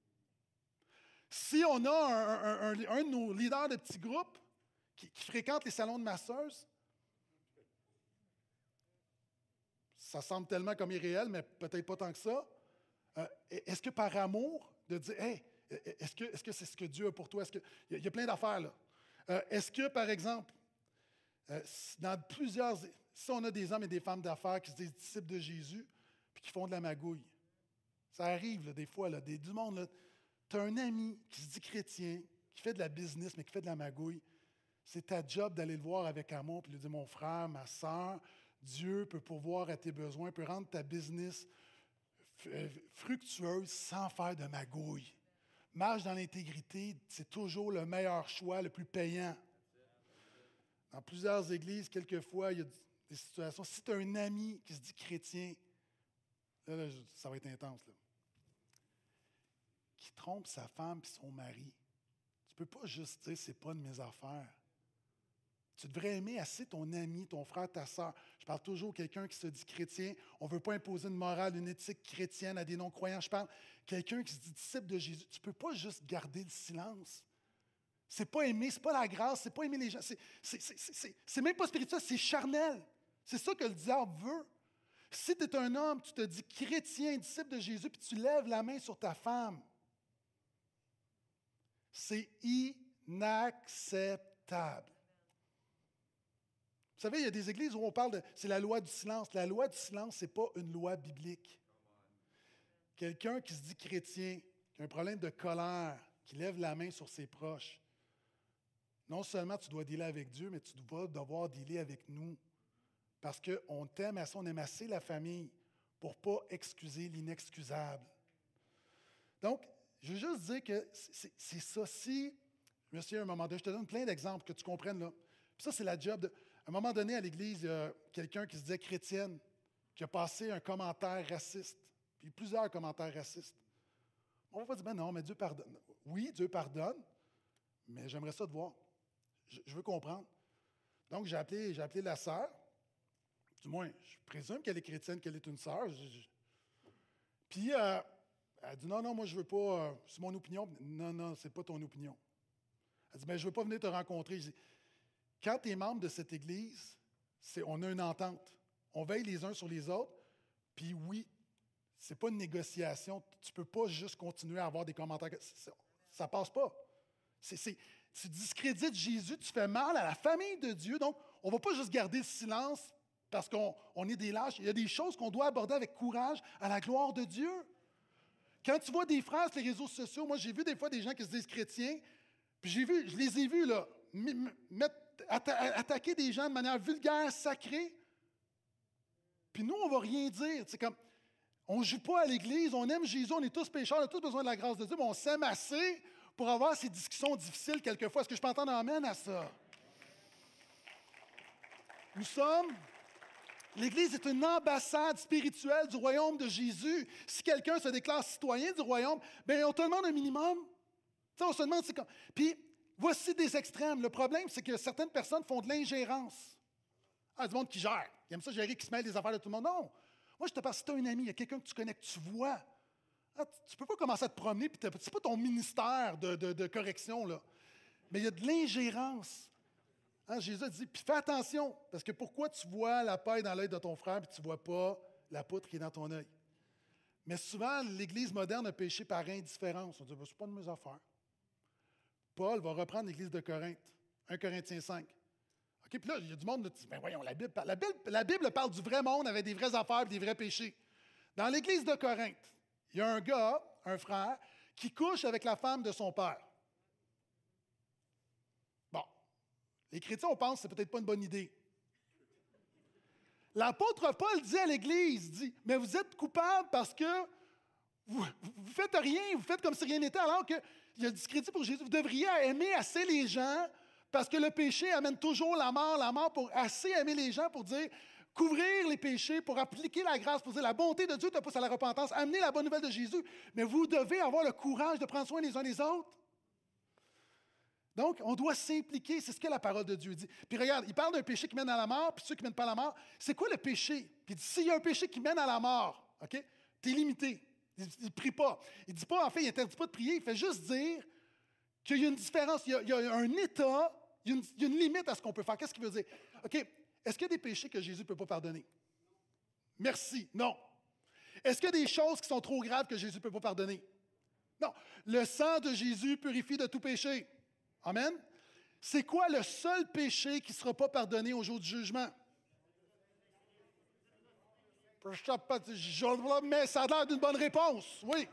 Si on a un de nos leaders de petits groupes qui fréquente les salons de masseuses, ça semble tellement comme irréel, mais peut-être pas tant que ça. Est-ce que par amour, de dire, hey, est-ce que c'est ce que Dieu a pour toi? Il y a plein d'affaires là. Est-ce que, par exemple, dans plusieurs, si on a des hommes et des femmes d'affaires qui se disent disciples de Jésus, puis qui font de la magouille, ça arrive là, des fois, là, du monde, tu as un ami qui se dit chrétien, qui fait de la business, mais qui fait de la magouille, c'est ta job d'aller le voir avec amour, puis lui dire, mon frère, ma soeur, Dieu peut pourvoir à tes besoins, peut rendre ta business fructueuse sans faire de magouille. Marche dans l'intégrité, c'est toujours le meilleur choix, le plus payant. Dans plusieurs églises, quelquefois, il y a des situations. Si tu as un ami qui se dit chrétien, là, ça va être intense, là, qui trompe sa femme et son mari, tu ne peux pas juste dire c'est pas de mes affaires. Tu devrais aimer assez ton ami, ton frère, ta sœur. Je parle toujours de quelqu'un qui se dit chrétien. On ne veut pas imposer une morale, une éthique chrétienne à des non-croyants. Je parle de quelqu'un qui se dit disciple de Jésus. Tu ne peux pas juste garder le silence. C'est pas aimer, c'est pas la grâce, c'est pas aimer les gens. C'est même pas spirituel, c'est charnel. C'est ça que le diable veut. Si tu es un homme, tu te dis chrétien, disciple de Jésus, puis tu lèves la main sur ta femme, c'est inacceptable. Vous savez, il y a des églises où on parle de... C'est la loi du silence. La loi du silence, ce n'est pas une loi biblique. Quelqu'un qui se dit chrétien, qui a un problème de colère, qui lève la main sur ses proches, non seulement tu dois dealer avec Dieu, mais tu dois devoir dealer avec nous. Parce qu'on t'aime assez, on aime assez la famille pour ne pas excuser l'inexcusable. Donc, je veux juste dire que c'est ça. Si, je me souviens à un moment donné, je te donne plein d'exemples que tu comprennes là. Puis ça, c'est la job de... À un moment donné, à l'Église, il y a quelqu'un qui se disait chrétienne, qui a passé un commentaire raciste, puis plusieurs commentaires racistes. On va pas dire, ben non, mais Dieu pardonne. Oui, Dieu pardonne, mais j'aimerais ça te voir. Je veux comprendre. Donc, j'ai appelé la sœur. Du moins, je présume qu'elle est chrétienne, qu'elle est une sœur. Puis, elle dit, non, moi, je veux pas, c'est mon opinion. Non, c'est pas ton opinion. Elle dit, mais je veux pas venir te rencontrer. Je dis, quand tu es membre de cette Église, on a une entente. On veille les uns sur les autres. Puis oui, ce n'est pas une négociation. Tu ne peux pas juste continuer à avoir des commentaires. Ça ne passe pas. Tu discrédites Jésus, tu fais mal à la famille de Dieu. Donc, on ne va pas juste garder le silence parce qu'on est des lâches. Il y a des choses qu'on doit aborder avec courage à la gloire de Dieu. Quand tu vois des frères sur les réseaux sociaux, moi, j'ai vu des fois des gens qui se disent chrétiens, puis je les ai vus, là, attaquer des gens de manière vulgaire, sacrée. Puis nous, on ne va rien dire. C'est comme, on ne joue pas à l'Église, on aime Jésus, on est tous pécheurs, on a tous besoin de la grâce de Dieu, mais on s'aime assez pour avoir ces discussions difficiles quelquefois. Est-ce que je peux entendre amène à ça? Nous sommes L'Église est une ambassade spirituelle du royaume de Jésus. Si quelqu'un se déclare citoyen du royaume, bien, on te demande un minimum. Tu sais, on se demande, c'est comme... Puis, voici des extrêmes. Le problème, c'est que certaines personnes font de l'ingérence. Ah, du monde qui gère. Il aime ça gérer, qui se mêle des affaires de tout le monde. Non. Moi, je te parle, si tu as un ami, il y a quelqu'un que tu connais, que tu vois. Ah, tu ne peux pas commencer à te promener, puis c'est pas ton ministère de correction, là. Mais il y a de l'ingérence. Hein, Jésus a dit, puis fais attention, parce que pourquoi tu vois la paille dans l'œil de ton frère, puis tu ne vois pas la poutre qui est dans ton œil? Mais souvent, l'Église moderne a péché par indifférence. On dit, ce n'est pas de mes affaires. Paul va reprendre l'Église de Corinthe, 1 Corinthiens 5. OK, puis là, il y a du monde qui dit, ben voyons, la Bible parle du vrai monde avec des vraies affaires et des vrais péchés. Dans l'Église de Corinthe, il y a un gars, un frère, qui couche avec la femme de son père. Bon, les chrétiens, on pense que ce n'est peut-être pas une bonne idée. L'apôtre Paul dit à l'Église, dit, mais vous êtes coupable parce que vous ne faites rien, vous faites comme si rien n'était, alors qu'il y a du discrédit pour Jésus. Vous devriez aimer assez les gens parce que le péché amène toujours la mort pour assez aimer les gens pour dire, couvrir les péchés, pour appliquer la grâce, pour dire la bonté de Dieu te pousse à la repentance, amener la bonne nouvelle de Jésus, mais vous devez avoir le courage de prendre soin les uns des autres. Donc, on doit s'impliquer, c'est ce que la parole de Dieu dit. Puis regarde, il parle d'un péché qui mène à la mort, puis ceux qui ne mènent pas à la mort. C'est quoi le péché? Puis il dit, s'il y a un péché qui mène à la mort, OK, tu es limité. Il ne prie pas. Il ne dit pas, en fait, il n'interdit pas de prier, il fait juste dire qu'il y a une différence, il y a un état, il y a une limite à ce qu'on peut faire. Qu'est-ce qu'il veut dire? OK, est-ce qu'il y a des péchés que Jésus ne peut pas pardonner? Merci, non. Est-ce qu'il y a des choses qui sont trop graves que Jésus ne peut pas pardonner? Non. Le sang de Jésus purifie de tout péché. Amen. C'est quoi le seul péché qui ne sera pas pardonné au jour du jugement? Mais ça a l'air d'une bonne réponse, oui.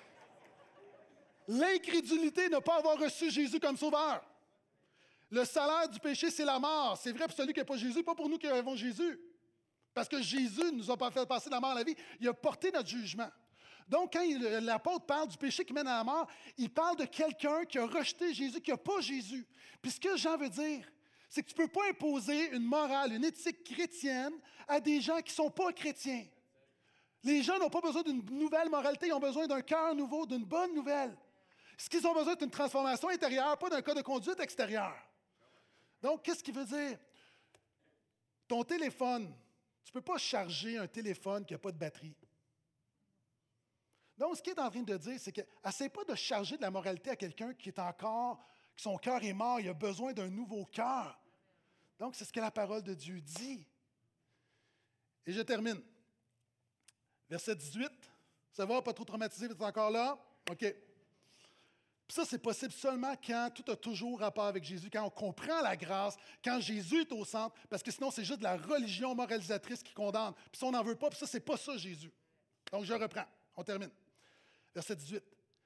L'incrédulité, ne pas avoir reçu Jésus comme sauveur. Le salaire du péché, c'est la mort. C'est vrai pour celui qui n'a pas Jésus, pas pour nous qui avons Jésus. Parce que Jésus ne nous a pas fait passer de la mort à la vie. Il a porté notre jugement. Donc, quand l'apôtre parle du péché qui mène à la mort, il parle de quelqu'un qui a rejeté Jésus, qui n'a pas Jésus. Puis ce que Jean veut dire, c'est que tu ne peux pas imposer une morale, une éthique chrétienne à des gens qui ne sont pas chrétiens. Les gens n'ont pas besoin d'une nouvelle moralité, ils ont besoin d'un cœur nouveau, d'une bonne nouvelle. Ce qu'ils ont besoin, c'est d'une transformation intérieure, pas d'un code de conduite extérieur. Donc, qu'est-ce qu'il veut dire? Ton téléphone, tu ne peux pas charger un téléphone qui n'a pas de batterie. Donc, ce qu'il est en train de dire, c'est que n'essaie pas de charger de la moralité à quelqu'un qui est encore, que son cœur est mort, il a besoin d'un nouveau cœur. Donc, c'est ce que la parole de Dieu dit. Et je termine. Verset 18. Ça va, pas trop traumatisé, vous êtes encore là? OK. Puis ça, c'est possible seulement quand tout a toujours rapport avec Jésus, quand on comprend la grâce, quand Jésus est au centre, parce que sinon, c'est juste de la religion moralisatrice qui condamne. Puis ça, on n'en veut pas, puis ça, c'est pas ça, Jésus. Donc, je reprends. On termine. Verset 18.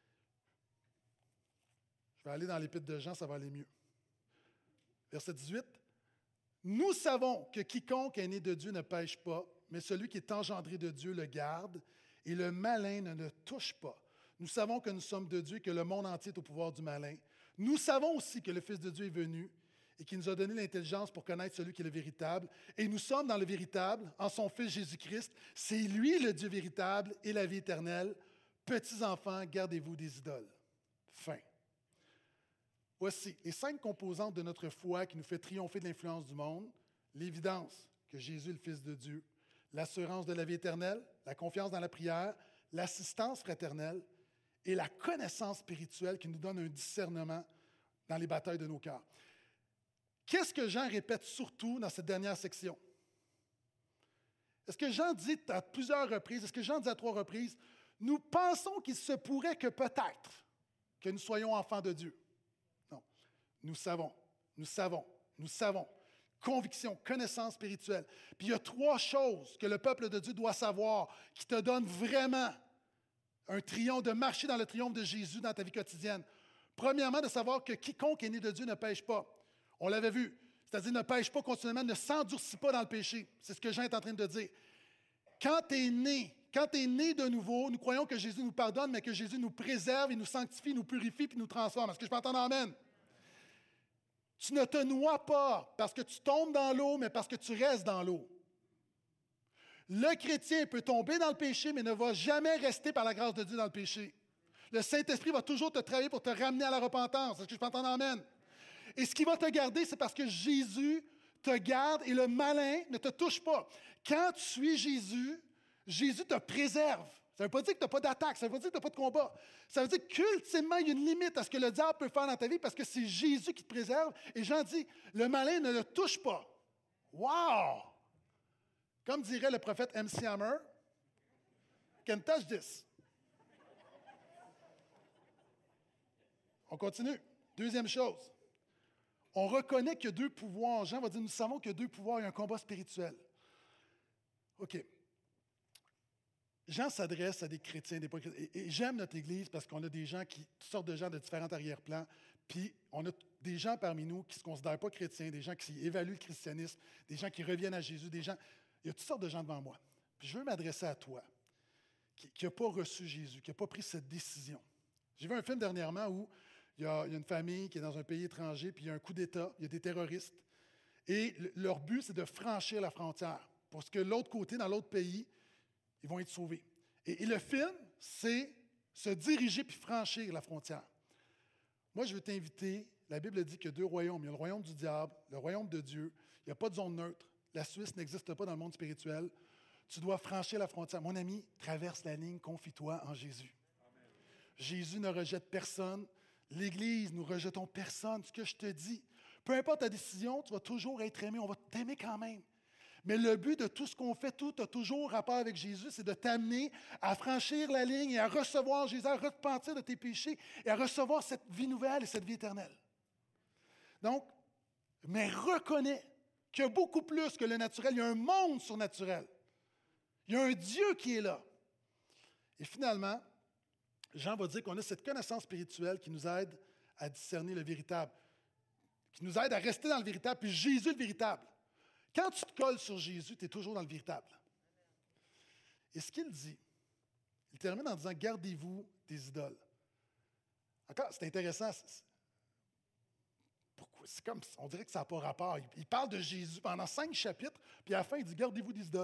Je vais aller dans l'Épître de Jean, ça va aller mieux. Verset 18. Nous savons que quiconque est né de Dieu ne pêche pas, mais celui qui est engendré de Dieu le garde, et le malin ne le touche pas. Nous savons que nous sommes de Dieu et que le monde entier est au pouvoir du malin. Nous savons aussi que le Fils de Dieu est venu et qu'il nous a donné l'intelligence pour connaître celui qui est le véritable. Et nous sommes dans le véritable, en son Fils Jésus-Christ. C'est lui le Dieu véritable et la vie éternelle. Petits enfants, gardez-vous des idoles. Fin. Voici les 5 composantes de notre foi qui nous fait triompher de l'influence du monde. L'évidence que Jésus est le Fils de Dieu, l'assurance de la vie éternelle, la confiance dans la prière, l'assistance fraternelle et la connaissance spirituelle qui nous donne un discernement dans les batailles de nos cœurs. Qu'est-ce que Jean répète surtout dans cette dernière section? Est-ce que Jean dit à plusieurs reprises, est-ce que Jean dit à 3 reprises, nous pensons qu'il se pourrait que peut-être que nous soyons enfants de Dieu? Non. Nous savons, nous savons, nous savons. Conviction, connaissance spirituelle. Puis il y a 3 choses que le peuple de Dieu doit savoir qui te donnent vraiment un triomphe, de marcher dans le triomphe de Jésus dans ta vie quotidienne. Premièrement, de savoir que quiconque est né de Dieu ne pêche pas. On l'avait vu. C'est-à-dire ne pêche pas continuellement, ne s'endurcit pas dans le péché. C'est ce que Jean est en train de dire. Quand tu es né de nouveau, nous croyons que Jésus nous pardonne, mais que Jésus nous préserve, il nous sanctifie, nous purifie, puis nous transforme. Est-ce que je peux entendre amen? Tu ne te noies pas parce que tu tombes dans l'eau, mais parce que tu restes dans l'eau. Le chrétien peut tomber dans le péché, mais ne va jamais rester par la grâce de Dieu dans le péché. Le Saint-Esprit va toujours te travailler pour te ramener à la repentance. Est-ce que je peux entendre amen? Et ce qui va te garder, c'est parce que Jésus te garde et le malin ne te touche pas. Quand tu suis Jésus, Jésus te préserve. Ça ne veut pas dire que tu n'as pas d'attaque, ça ne veut pas dire que tu n'as pas de combat. Ça veut dire qu'ultimement, il y a une limite à ce que le diable peut faire dans ta vie parce que c'est Jésus qui te préserve. Et Jean dit, le malin ne le touche pas. Wow! Comme dirait le prophète M.C. Hammer, can't touch this. On continue. Deuxième chose. On reconnaît qu'il y a deux pouvoirs. Jean va dire, nous savons qu'il y a deux pouvoirs et un combat spirituel. OK. Jean s'adresse à des chrétiens, des pas chrétiens. Et j'aime notre Église parce qu'on a des gens toutes sortes de gens de différents arrière-plans. Puis on a des gens parmi nous qui ne se considèrent pas chrétiens, des gens qui évaluent le christianisme, des gens qui reviennent à Jésus, des gens. Il y a toutes sortes de gens devant moi. Puis je veux m'adresser à toi, qui n'a pas reçu Jésus, qui n'a pas pris cette décision. J'ai vu un film dernièrement où il y a une famille qui est dans un pays étranger, puis il y a un coup d'État, il y a des terroristes. Et leur but, c'est de franchir la frontière. Parce que l'autre côté, dans l'autre pays, ils vont être sauvés. Et le film, c'est se diriger puis franchir la frontière. Moi, je veux t'inviter. La Bible dit qu'il y a deux royaumes. Il y a le royaume du diable, le royaume de Dieu. Il n'y a pas de zone neutre. La Suisse n'existe pas dans le monde spirituel. Tu dois franchir la frontière. Mon ami, traverse la ligne, confie-toi en Jésus. Amen. Jésus ne rejette personne. L'Église, nous ne rejetons personne. Ce que je te dis, peu importe ta décision, tu vas toujours être aimé. On va t'aimer quand même. Mais le but de tout ce qu'on fait, tout a toujours rapport avec Jésus, c'est de t'amener à franchir la ligne et à recevoir Jésus, à repentir de tes péchés et à recevoir cette vie nouvelle et cette vie éternelle. Donc, mais reconnais qu'il y a beaucoup plus que le naturel. Il y a un monde surnaturel. Il y a un Dieu qui est là. Et finalement, Jean va dire qu'on a cette connaissance spirituelle qui nous aide à discerner le véritable, qui nous aide à rester dans le véritable, puis Jésus le véritable. Quand tu te colles sur Jésus, tu es toujours dans le véritable. Et ce qu'il dit, il termine en disant « Gardez-vous des idoles ». Encore, c'est intéressant. Pourquoi? C'est comme, on dirait que ça n'a pas rapport. Il parle de Jésus pendant 5 chapitres, puis à la fin, il dit « Gardez-vous des idoles ».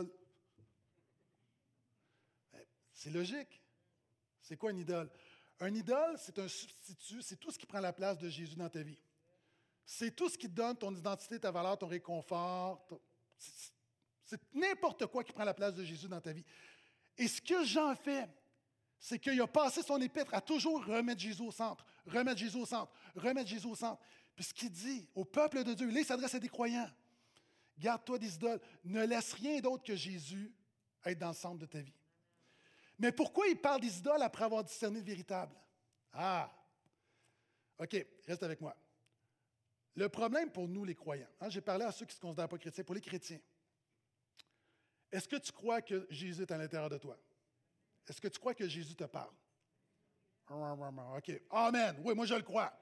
C'est logique. C'est quoi une idole? Un idole, c'est un substitut, c'est tout ce qui prend la place de Jésus dans ta vie. C'est tout ce qui te donne ton identité, ta valeur, ton réconfort. C'est n'importe quoi qui prend la place de Jésus dans ta vie. Et ce que Jean fait, c'est qu'il a passé son épître à toujours remettre Jésus au centre, remettre Jésus au centre, remettre Jésus au centre. Puis ce qu'il dit au peuple de Dieu, là, il s'adresse à des croyants. Garde-toi des idoles. Ne laisse rien d'autre que Jésus être dans le centre de ta vie. Mais pourquoi il parle des idoles après avoir discerné le véritable? Ah! OK, reste avec moi. Le problème pour nous, les croyants, j'ai parlé à ceux qui ne se considèrent pas chrétiens, pour les chrétiens, est-ce que tu crois que Jésus est à l'intérieur de toi? Est-ce que tu crois que Jésus te parle? OK. Amen. Oui, moi je le crois.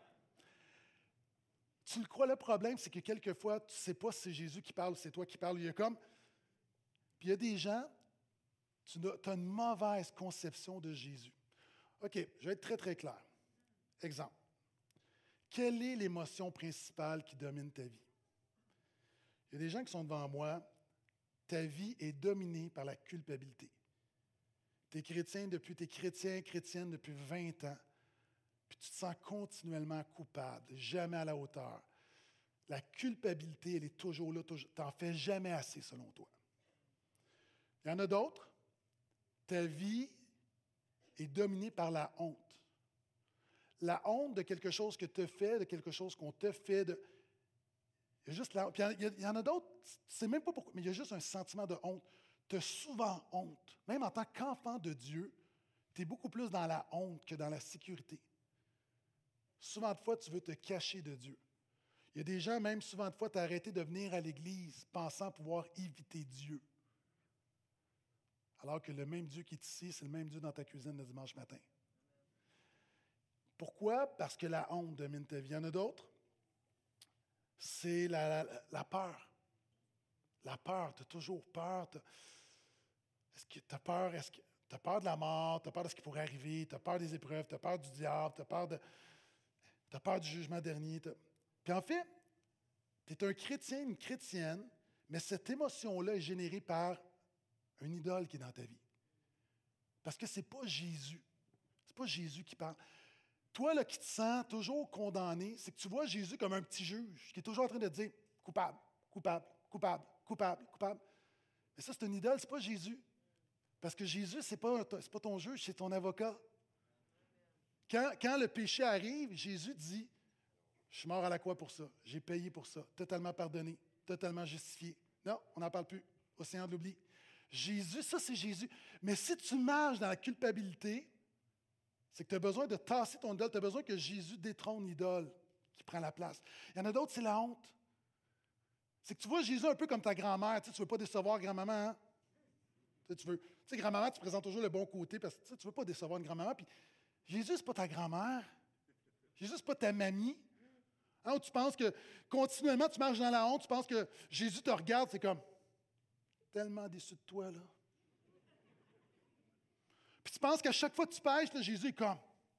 Tu le crois, le problème, c'est que quelquefois, tu ne sais pas si c'est Jésus qui parle ou c'est toi qui parles. Il y a comme. Puis il y a des gens, tu as une mauvaise conception de Jésus. OK, je vais être très, très clair. Exemple. Quelle est l'émotion principale qui domine ta vie? Il y a des gens qui sont devant moi, ta vie est dominée par la culpabilité. Tu es chrétienne chrétienne depuis 20 ans, puis tu te sens continuellement coupable, jamais à la hauteur. La culpabilité, elle est toujours là, tu n'en fais jamais assez selon toi. Il y en a d'autres, ta vie est dominée par la honte. La honte de quelque chose que tu as fait, de quelque chose qu'on t'a fait. Il y a juste la honte. Puis il y en a d'autres, tu ne sais même pas pourquoi, mais il y a juste un sentiment de honte. Tu as souvent honte. Même en tant qu'enfant de Dieu, tu es beaucoup plus dans la honte que dans la sécurité. Souvent de fois, tu veux te cacher de Dieu. Il y a des gens, même souvent de fois, tu as arrêté de venir à l'Église pensant pouvoir éviter Dieu. Alors que le même Dieu qui est ici, c'est le même Dieu dans ta cuisine le dimanche matin. Pourquoi? Parce que la honte domine ta vie. Il y en a d'autres. C'est la peur. La peur, tu as toujours peur. Est-ce que tu as peur? Est-ce que tu as peur de la mort? Tu as peur de ce qui pourrait arriver? Tu as peur des épreuves? Tu as peur du diable? Tu as peur du jugement dernier? Puis en fait, tu es un chrétien, une chrétienne, mais cette émotion-là est générée par Un idole qui est dans ta vie. Parce que ce n'est pas Jésus. Ce n'est pas Jésus qui parle. Toi, là, qui te sens toujours condamné, c'est que tu vois Jésus comme un petit juge qui est toujours en train de te dire coupable, coupable, coupable, coupable, coupable. Mais ça, c'est une idole, ce n'est pas Jésus. Parce que Jésus, ce n'est pas ton juge, c'est ton avocat. Quand le péché arrive, Jésus dit, je suis mort à la croix pour ça, j'ai payé pour ça, totalement pardonné, totalement justifié. Non, on n'en parle plus, océan de l'oubli. Jésus, ça c'est Jésus. Mais si tu marches dans la culpabilité, c'est que tu as besoin de tasser ton idole, tu as besoin que Jésus détrône l'idole qui prend la place. Il y en a d'autres, c'est la honte. C'est que tu vois Jésus un peu comme ta grand-mère, tu ne veux pas décevoir grand-maman, hein? Tu sais, grand-maman, tu présentes toujours le bon côté parce que tu ne veux pas décevoir une grand-maman. Puis Jésus, ce n'est pas ta grand-mère. Jésus, ce n'est pas ta mamie. Hein, où tu penses que continuellement, tu marches dans la honte, tu penses que Jésus te regarde, c'est comme tellement déçu de toi, là. Puis tu penses qu'à chaque fois que tu pêches, là, Jésus est comme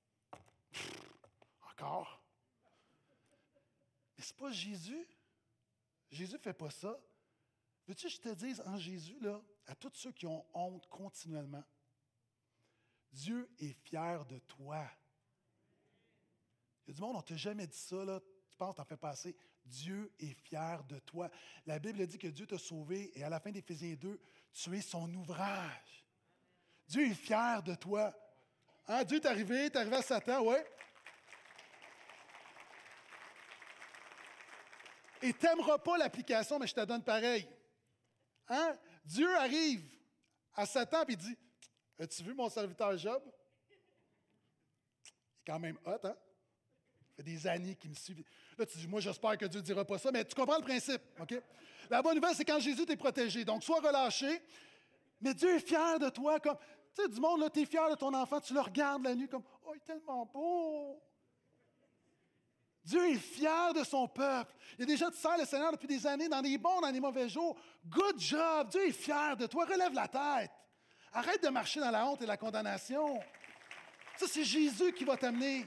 encore. Mais ce n'est pas Jésus. Jésus ne fait pas ça. Veux-tu que je te dise en Jésus, là, à tous ceux qui ont honte continuellement, Dieu est fier de toi. Il y a du monde, on ne t'a jamais dit ça, là. Tu penses, tu en fais passer. Dieu est fier de toi. La Bible dit que Dieu t'a sauvé et à la fin d'Éphésiens 2, tu es son ouvrage. Dieu est fier de toi. Hein? Dieu t'es arrivé à Satan, oui. Et tu n'aimeras pas l'application, mais je te donne pareil. Hein? Dieu arrive à Satan et dit, as-tu vu mon serviteur Job? Il est quand même hot, hein? Ça fait des années qu'il me suit. Là, tu dis, moi, j'espère que Dieu ne dira pas ça, mais tu comprends le principe, OK? La bonne nouvelle, c'est quand Jésus t'est protégé. Donc, sois relâché, mais Dieu est fier de toi. Comme, tu sais, du monde, là, tu es fier de ton enfant, tu le regardes la nuit comme, oh, il est tellement beau. Dieu est fier de son peuple. Il y a des gens qui servent le Seigneur depuis des années, dans les bons, dans les mauvais jours. Good job! Dieu est fier de toi. Relève la tête. Arrête de marcher dans la honte et la condamnation. Ça, c'est Jésus qui va t'amener.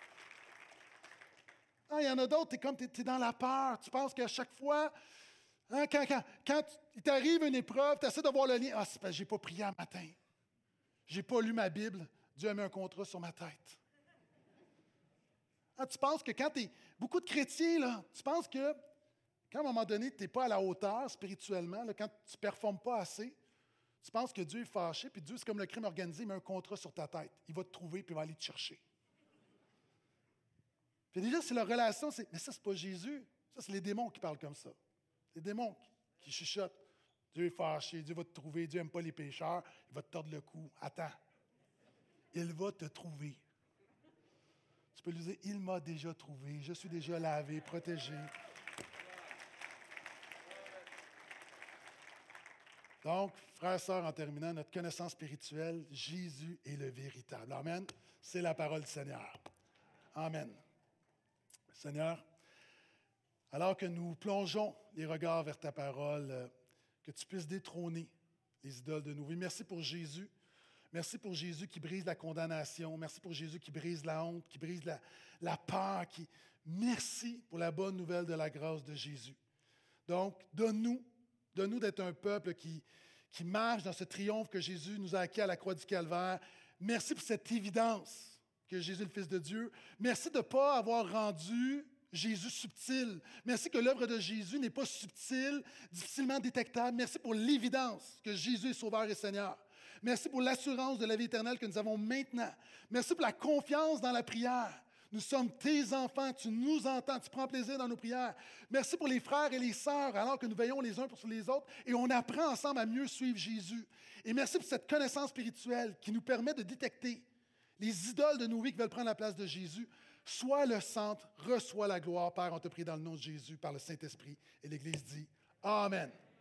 Ah, il y en a d'autres, tu es dans la peur. Tu penses qu'à chaque fois, hein, quand il t'arrive une épreuve, tu essaies de voir le lien. Ah, c'est parce que je n'ai pas prié un matin. Je n'ai pas lu ma Bible. Dieu a mis un contrat sur ma tête. Ah, tu penses que quand tu es... Beaucoup de chrétiens, là, tu penses que quand à un moment donné, tu n'es pas à la hauteur spirituellement, là, quand tu ne performes pas assez, tu penses que Dieu est fâché, puis Dieu, c'est comme le crime organisé, il met un contrat sur ta tête. Il va te trouver, puis il va aller te chercher. Puis déjà, c'est la relation, mais ça, c'est pas Jésus. Ça, c'est les démons qui parlent comme ça. Les démons qui chuchotent. Dieu est fâché, Dieu va te trouver, Dieu n'aime pas les pécheurs, il va te tordre le cou. Attends. Il va te trouver. Tu peux lui dire, il m'a déjà trouvé, je suis déjà lavé, protégé. Donc, frères et sœurs, en terminant, notre connaissance spirituelle, Jésus est le véritable. Amen. C'est la parole du Seigneur. Amen. Seigneur, alors que nous plongeons les regards vers ta parole, que tu puisses détrôner les idoles de nos vies. Merci pour Jésus. Merci pour Jésus qui brise la condamnation. Merci pour Jésus qui brise la honte, qui brise la peur. Merci pour la bonne nouvelle de la grâce de Jésus. Donc, donne-nous d'être un peuple qui marche dans ce triomphe que Jésus nous a acquis à la croix du Calvaire. Merci pour cette évidence que Jésus est le Fils de Dieu. Merci de ne pas avoir rendu Jésus subtil. Merci que l'œuvre de Jésus n'est pas subtile, difficilement détectable. Merci pour l'évidence que Jésus est Sauveur et Seigneur. Merci pour l'assurance de la vie éternelle que nous avons maintenant. Merci pour la confiance dans la prière. Nous sommes tes enfants, tu nous entends, tu prends plaisir dans nos prières. Merci pour les frères et les sœurs, alors que nous veillons les uns sur les autres et on apprend ensemble à mieux suivre Jésus. Et merci pour cette connaissance spirituelle qui nous permet de détecter les idoles de nos vies qui veulent prendre la place de Jésus. Sois le centre, reçois la gloire. Père, on te prie dans le nom de Jésus, par le Saint-Esprit. Et l'Église dit Amen.